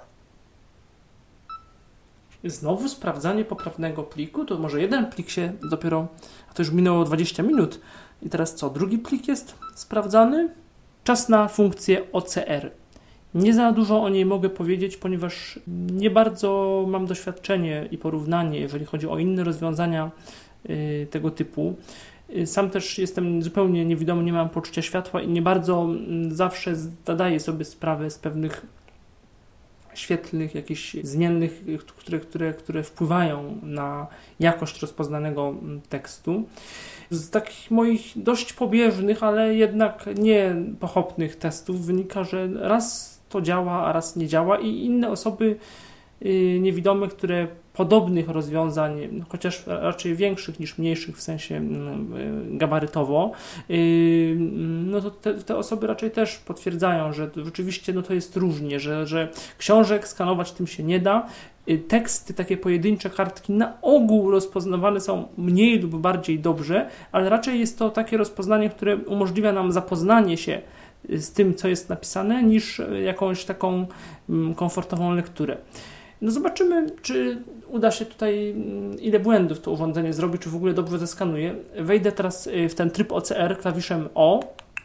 Znowu sprawdzanie poprawnego pliku, to może jeden plik się dopiero, a to już minęło dwadzieścia minut i teraz co, drugi plik jest sprawdzany? Czas na funkcję O C R. Nie za dużo o niej mogę powiedzieć, ponieważ nie bardzo mam doświadczenie i porównanie, jeżeli chodzi o inne rozwiązania y, tego typu. Y, Sam też jestem zupełnie niewidomy, nie mam poczucia światła i nie bardzo y, zawsze zdaję sobie sprawę z pewnych świetlnych, jakichś zmiennych, które, które, które wpływają na jakość rozpoznanego tekstu. Z takich moich dość pobieżnych, ale jednak nie pochopnych testów wynika, że raz to działa, a raz nie działa i inne osoby yy, niewidome, które podobnych rozwiązań, chociaż raczej większych niż mniejszych w sensie yy, gabarytowo, yy, no to te, te osoby raczej też potwierdzają, że rzeczywiście no to jest różnie, że, że książek skanować tym się nie da. Yy, teksty, takie pojedyncze kartki na ogół rozpoznawane są mniej lub bardziej dobrze, ale raczej jest to takie rozpoznanie, które umożliwia nam zapoznanie się z tym, co jest napisane, niż jakąś taką yy, komfortową lekturę. No zobaczymy, czy uda się tutaj, ile błędów to urządzenie zrobi, czy w ogóle dobrze zeskanuje. Wejdę teraz w ten tryb O C R klawiszem O.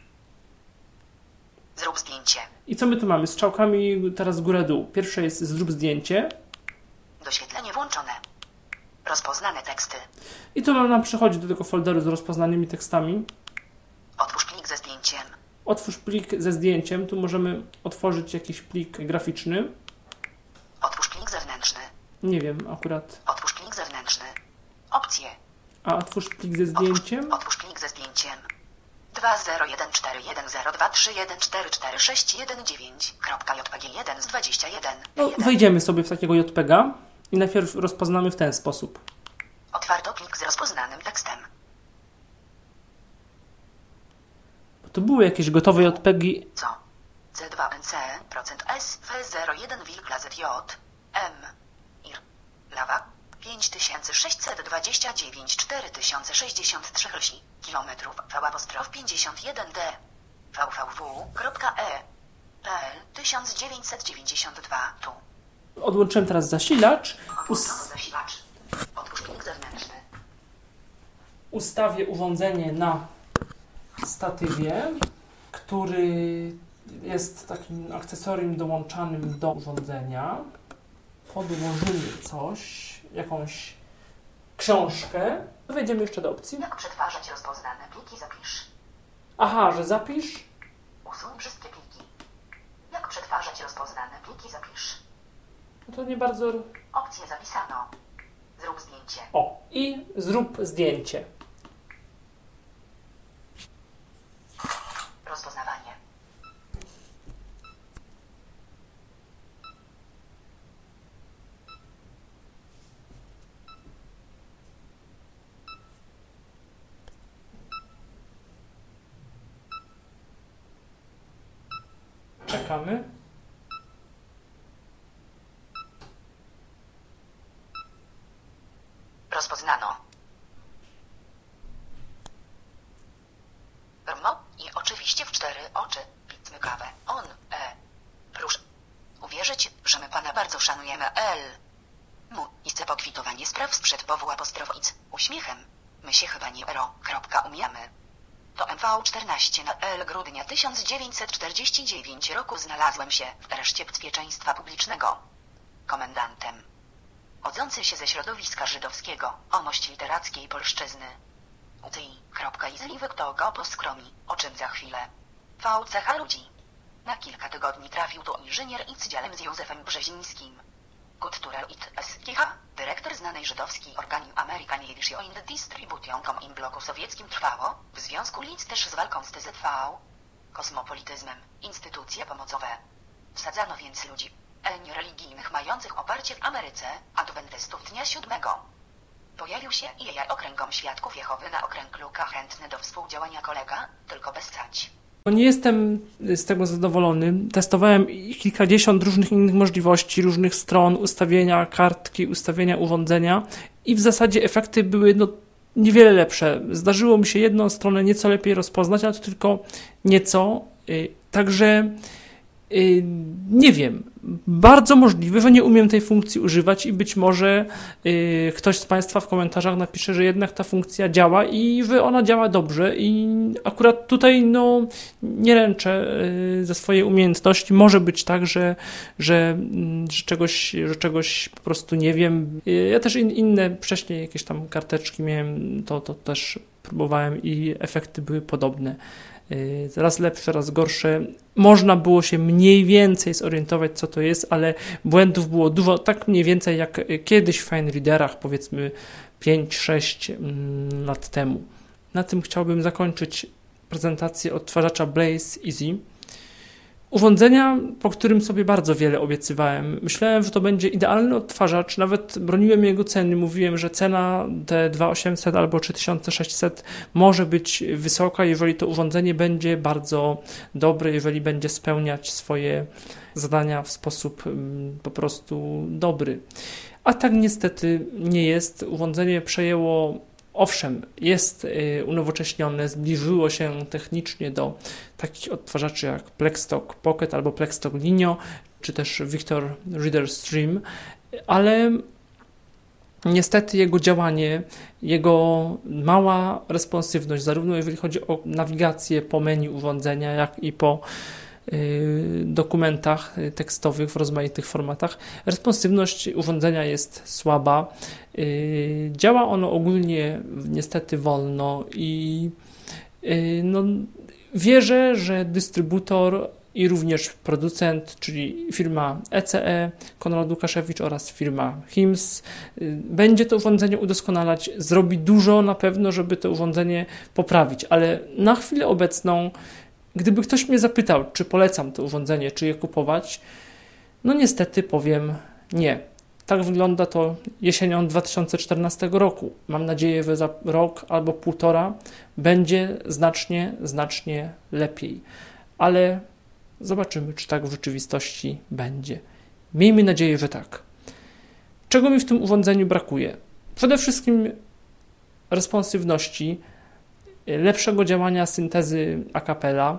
Zrób zdjęcie. I co my tu mamy? Strzałkami teraz górę-dół. Pierwsze jest zrób zdjęcie. Doświetlenie włączone. Rozpoznane teksty. I tu nam przechodzi do tego folderu z rozpoznanymi tekstami. Otwórz plik ze zdjęciem. Otwórz plik ze zdjęciem. Tu możemy otworzyć jakiś plik graficzny. Otwórz plik zewnętrzny. Nie wiem, akurat. Otwórz plik zewnętrzny. Opcje. A otwórz plik ze zdjęciem. Otwórz, otwórz plik ze zdjęciem. dwa zero jeden cztery jeden zero dwa trzy jeden cztery cztery sześć jeden dziewięć j p g jeden z dwadzieścia jeden. No, wejdziemy sobie w takiego J P G a i najpierw rozpoznamy w ten sposób. Otwarto plik z rozpoznanym tekstem. To były jakieś gotowe J P G. Co? C dwa N C procent S F zero jeden Wilk Z J M I R Lawa pięć tysięcy sześćset dwadzieścia dziewięć cztery tysiące sześćdziesiąt trzy rośli kilometrów V apostrof pięćdziesiąt jeden D V V W kropka E P L tysiąc dziewięćset dziewięćdziesiąt dwa tu. Odłączyłem teraz zasilacz. Odłączono zasilacz. Otwórz plik zewnętrzny. Ustawię urządzenie na statywie, który jest takim akcesorium dołączanym do urządzenia. Podłożymy coś, jakąś książkę. Wejdziemy jeszcze do opcji. Jak przetwarzać rozpoznane pliki, zapisz. Aha, że zapisz. Usuń wszystkie pliki. Jak przetwarzać rozpoznane pliki, zapisz. No to nie bardzo... Opcję zapisano. Zrób zdjęcie. O, i zrób zdjęcie. Rozpoznawanie. Czekamy. Rozpoznano. Rmo i oczywiście w cztery oczy. Pizzmy kawę. On, e. Proszę uwierzyć, że my pana bardzo szanujemy, L. Mu i chce pokwitowanie spraw sprzed powoł apostrofic. Uśmiechem. My się chyba nie ro. Kropka umiemy. To M V czternaście na L grudnia tysiąc dziewięćset czterdziestego dziewiątego roku znalazłem się w areszcie bezpieczeństwa publicznego. Komendantem. Odzący się ze środowiska żydowskiego, o mości literackiej polszczyzny. U C I. Izliwy kto go poskromi, o czym za chwilę. V C H ludzi. Na kilka tygodni trafił tu inżynier i z działem z Józefem Brzezińskim. Kultural it S K H, dyrektor znanej żydowskiej organi American Yiddish Joint Distribution com im bloku sowieckim trwało, w związku lic też z walką z T Z V, kosmopolityzmem, instytucje pomocowe. Wsadzano więc ludzi niereligijnych mających oparcie w Ameryce, adwentystów dnia siódmego. Pojawił się i jej okręgom świadków Jehowy na okręg Luka chętny do współdziałania kolega, tylko bez cać. Nie jestem z tego zadowolony. Testowałem kilkadziesiąt różnych innych możliwości, różnych stron, ustawienia kartki, ustawienia urządzenia i w zasadzie efekty były no, niewiele lepsze. Zdarzyło mi się jedną stronę nieco lepiej rozpoznać, ale to tylko nieco. Także nie wiem. Bardzo możliwe, że nie umiem tej funkcji używać i być może y, ktoś z Państwa w komentarzach napisze, że jednak ta funkcja działa i że ona działa dobrze i akurat tutaj no, nie ręczę y, ze swojej umiejętności. Może być tak, że, że, y, że, czegoś, że czegoś po prostu nie wiem. Y, ja też in, inne wcześniej jakieś tam karteczki miałem, to, to też próbowałem i efekty były podobne. Raz lepsze, raz gorsze. Można było się mniej więcej zorientować, co to jest, ale błędów było dużo, tak mniej więcej jak kiedyś w FineReaderach, powiedzmy pięć sześć lat temu. Na tym chciałbym zakończyć prezentację odtwarzacza Blaze Easy. Urządzenia, po którym sobie bardzo wiele obiecywałem. Myślałem, że to będzie idealny odtwarzacz, nawet broniłem jego ceny. Mówiłem, że cena te dwa tysiące osiemset albo trzy tysiące sześćset może być wysoka, jeżeli to urządzenie będzie bardzo dobre, jeżeli będzie spełniać swoje zadania w sposób po prostu dobry. A tak niestety nie jest. Urządzenie przejęło Owszem, jest unowocześnione, zbliżyło się technicznie do takich odtwarzaczy jak Plextalk Pocket albo Plextalk Linio, czy też Victor Reader Stream, ale niestety jego działanie, jego mała responsywność, zarówno jeżeli chodzi o nawigację po menu urządzenia, jak i po dokumentach tekstowych w rozmaitych formatach. Responsywność urządzenia jest słaba. Działa ono ogólnie niestety wolno i no, wierzę, że dystrybutor i również producent, czyli firma E C E, Konrad Łukaszewicz oraz firma Hims, będzie to urządzenie udoskonalać, zrobi dużo na pewno, żeby to urządzenie poprawić, ale na chwilę obecną gdyby ktoś mnie zapytał, czy polecam to urządzenie, czy je kupować, no niestety powiem nie. Tak wygląda to jesienią dwa tysiące czternastego roku. Mam nadzieję, że za rok albo półtora będzie znacznie, znacznie lepiej. Ale zobaczymy, czy tak w rzeczywistości będzie. Miejmy nadzieję, że tak. Czego mi w tym urządzeniu brakuje? Przede wszystkim responsywności, lepszego działania syntezy a cappella.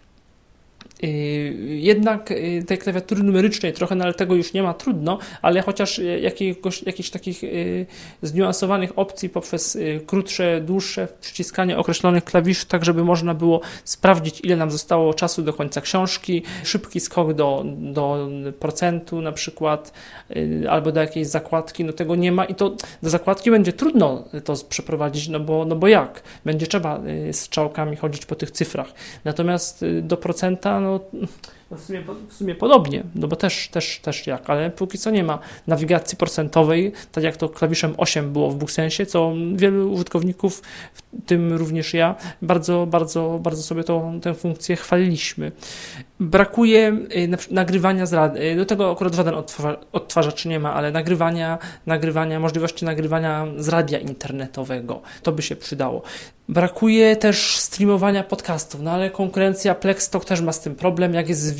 Jednak tej klawiatury numerycznej trochę, no ale tego już nie ma, trudno, ale chociaż jakiegoś, jakichś takich zniuansowanych opcji poprzez krótsze, dłuższe przyciskanie określonych klawiszy, tak żeby można było sprawdzić, ile nam zostało czasu do końca książki, szybki skok do, do procentu na przykład, albo do jakiejś zakładki, no tego nie ma i to do zakładki będzie trudno to przeprowadzić, no bo, no bo jak? Będzie trzeba strzałkami chodzić po tych cyfrach. Natomiast do procenta, no w sumie, w sumie podobnie, no bo też, też, też jak, ale póki co nie ma nawigacji procentowej, tak jak to klawiszem osiem było w BookSensie, co wielu użytkowników, w tym również ja, bardzo, bardzo, bardzo sobie to, tę funkcję chwaliliśmy. Brakuje nagrywania z rady, do tego akurat żaden odtwarzacz nie ma, ale nagrywania, nagrywania, możliwości nagrywania z radia internetowego, to by się przydało. Brakuje też streamowania podcastów, no ale konkurencja Plextalk też ma z tym problem, jak jest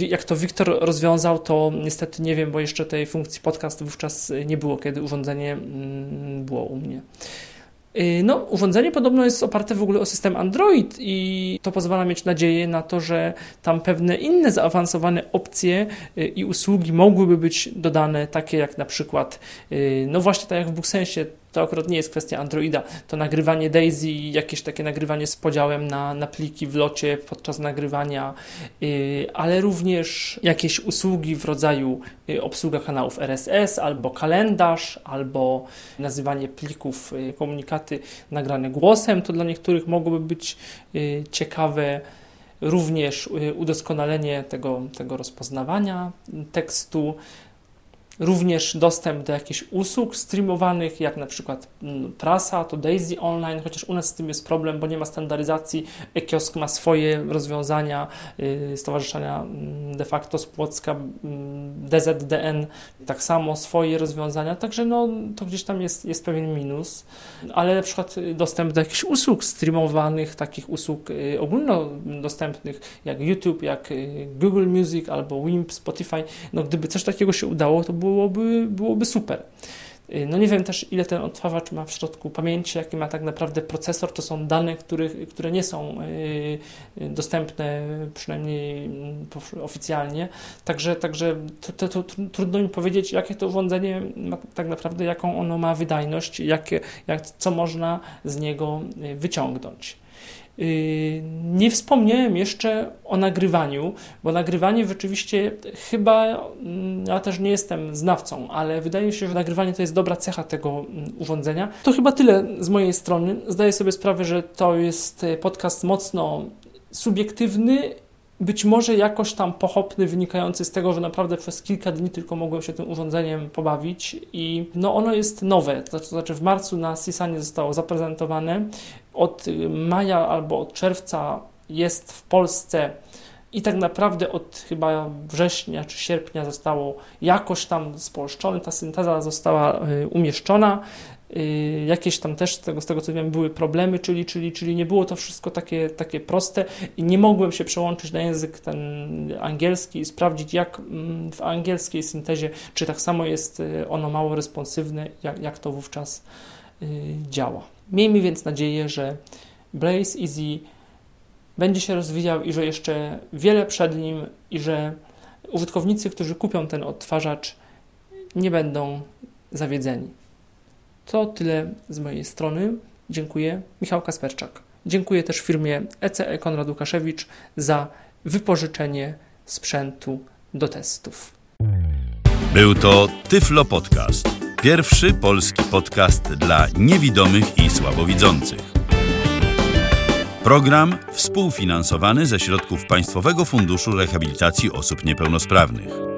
jak to Wiktor rozwiązał, to niestety nie wiem, bo jeszcze tej funkcji podcast wówczas nie było, kiedy urządzenie było u mnie. No, urządzenie podobno jest oparte w ogóle o system Android i to pozwala mieć nadzieję na to, że tam pewne inne zaawansowane opcje i usługi mogłyby być dodane, takie jak na przykład, no właśnie tak jak w BookSensie, to akurat nie jest kwestia Androida, to nagrywanie Daisy, jakieś takie nagrywanie z podziałem na, na pliki w locie podczas nagrywania, yy, ale również jakieś usługi w rodzaju yy, obsługa kanałów R S S, albo kalendarz, albo nazywanie plików, yy, komunikaty nagrane głosem, to dla niektórych mogłoby być yy, ciekawe. Również yy, udoskonalenie tego, tego rozpoznawania tekstu. Również dostęp do jakichś usług streamowanych, jak na przykład prasa, to Daisy Online, chociaż u nas z tym jest problem, bo nie ma standaryzacji. E-kiosk ma swoje rozwiązania, yy, stowarzyszenia de facto z Płocka, D Z D N tak samo swoje rozwiązania, także no, to gdzieś tam jest, jest pewien minus, ale na przykład dostęp do jakichś usług streamowanych, takich usług yy, ogólnodostępnych, jak YouTube, jak yy, Google Music albo Wimp, Spotify, no gdyby coś takiego się udało, to byłoby, byłoby super. No nie wiem też, ile ten odtwarzacz ma w środku pamięci, jaki ma tak naprawdę procesor. To są dane, których, które nie są yy, dostępne, przynajmniej yy, oficjalnie. Także, także to, to, to, to trudno mi powiedzieć, jakie to urządzenie ma tak naprawdę, jaką ono ma wydajność, jakie, jak, co można z niego wyciągnąć. Nie wspomniałem jeszcze o nagrywaniu, bo nagrywanie rzeczywiście chyba, ja też nie jestem znawcą, ale wydaje mi się, że nagrywanie to jest dobra cecha tego urządzenia. To chyba tyle z mojej strony. Zdaję sobie sprawę, że to jest podcast mocno subiektywny, być może jakoś tam pochopny, wynikający z tego, że naprawdę przez kilka dni tylko mogłem się tym urządzeniem pobawić i no ono jest nowe, to znaczy w marcu na Sisanie zostało zaprezentowane, od maja albo od czerwca jest w Polsce i tak naprawdę od chyba września czy sierpnia zostało jakoś tam spolszczone, ta synteza została umieszczona. Jakieś tam też z tego, z tego co wiem były problemy, czyli, czyli, czyli nie było to wszystko takie, takie proste i nie mogłem się przełączyć na język ten angielski i sprawdzić, jak w angielskiej syntezie, czy tak samo jest ono mało responsywne, jak, jak to wówczas działa. Miejmy więc nadzieję, że Blaze Easy będzie się rozwijał i że jeszcze wiele przed nim i że użytkownicy, którzy kupią ten odtwarzacz, nie będą zawiedzeni. To tyle z mojej strony. Dziękuję. Michał Kasperczak. Dziękuję też firmie E C E Konrad Łukaszewicz za wypożyczenie sprzętu do testów. Był to Tyflo Podcast. Pierwszy polski podcast dla niewidomych i słabowidzących. Program współfinansowany ze środków Państwowego Funduszu Rehabilitacji Osób Niepełnosprawnych.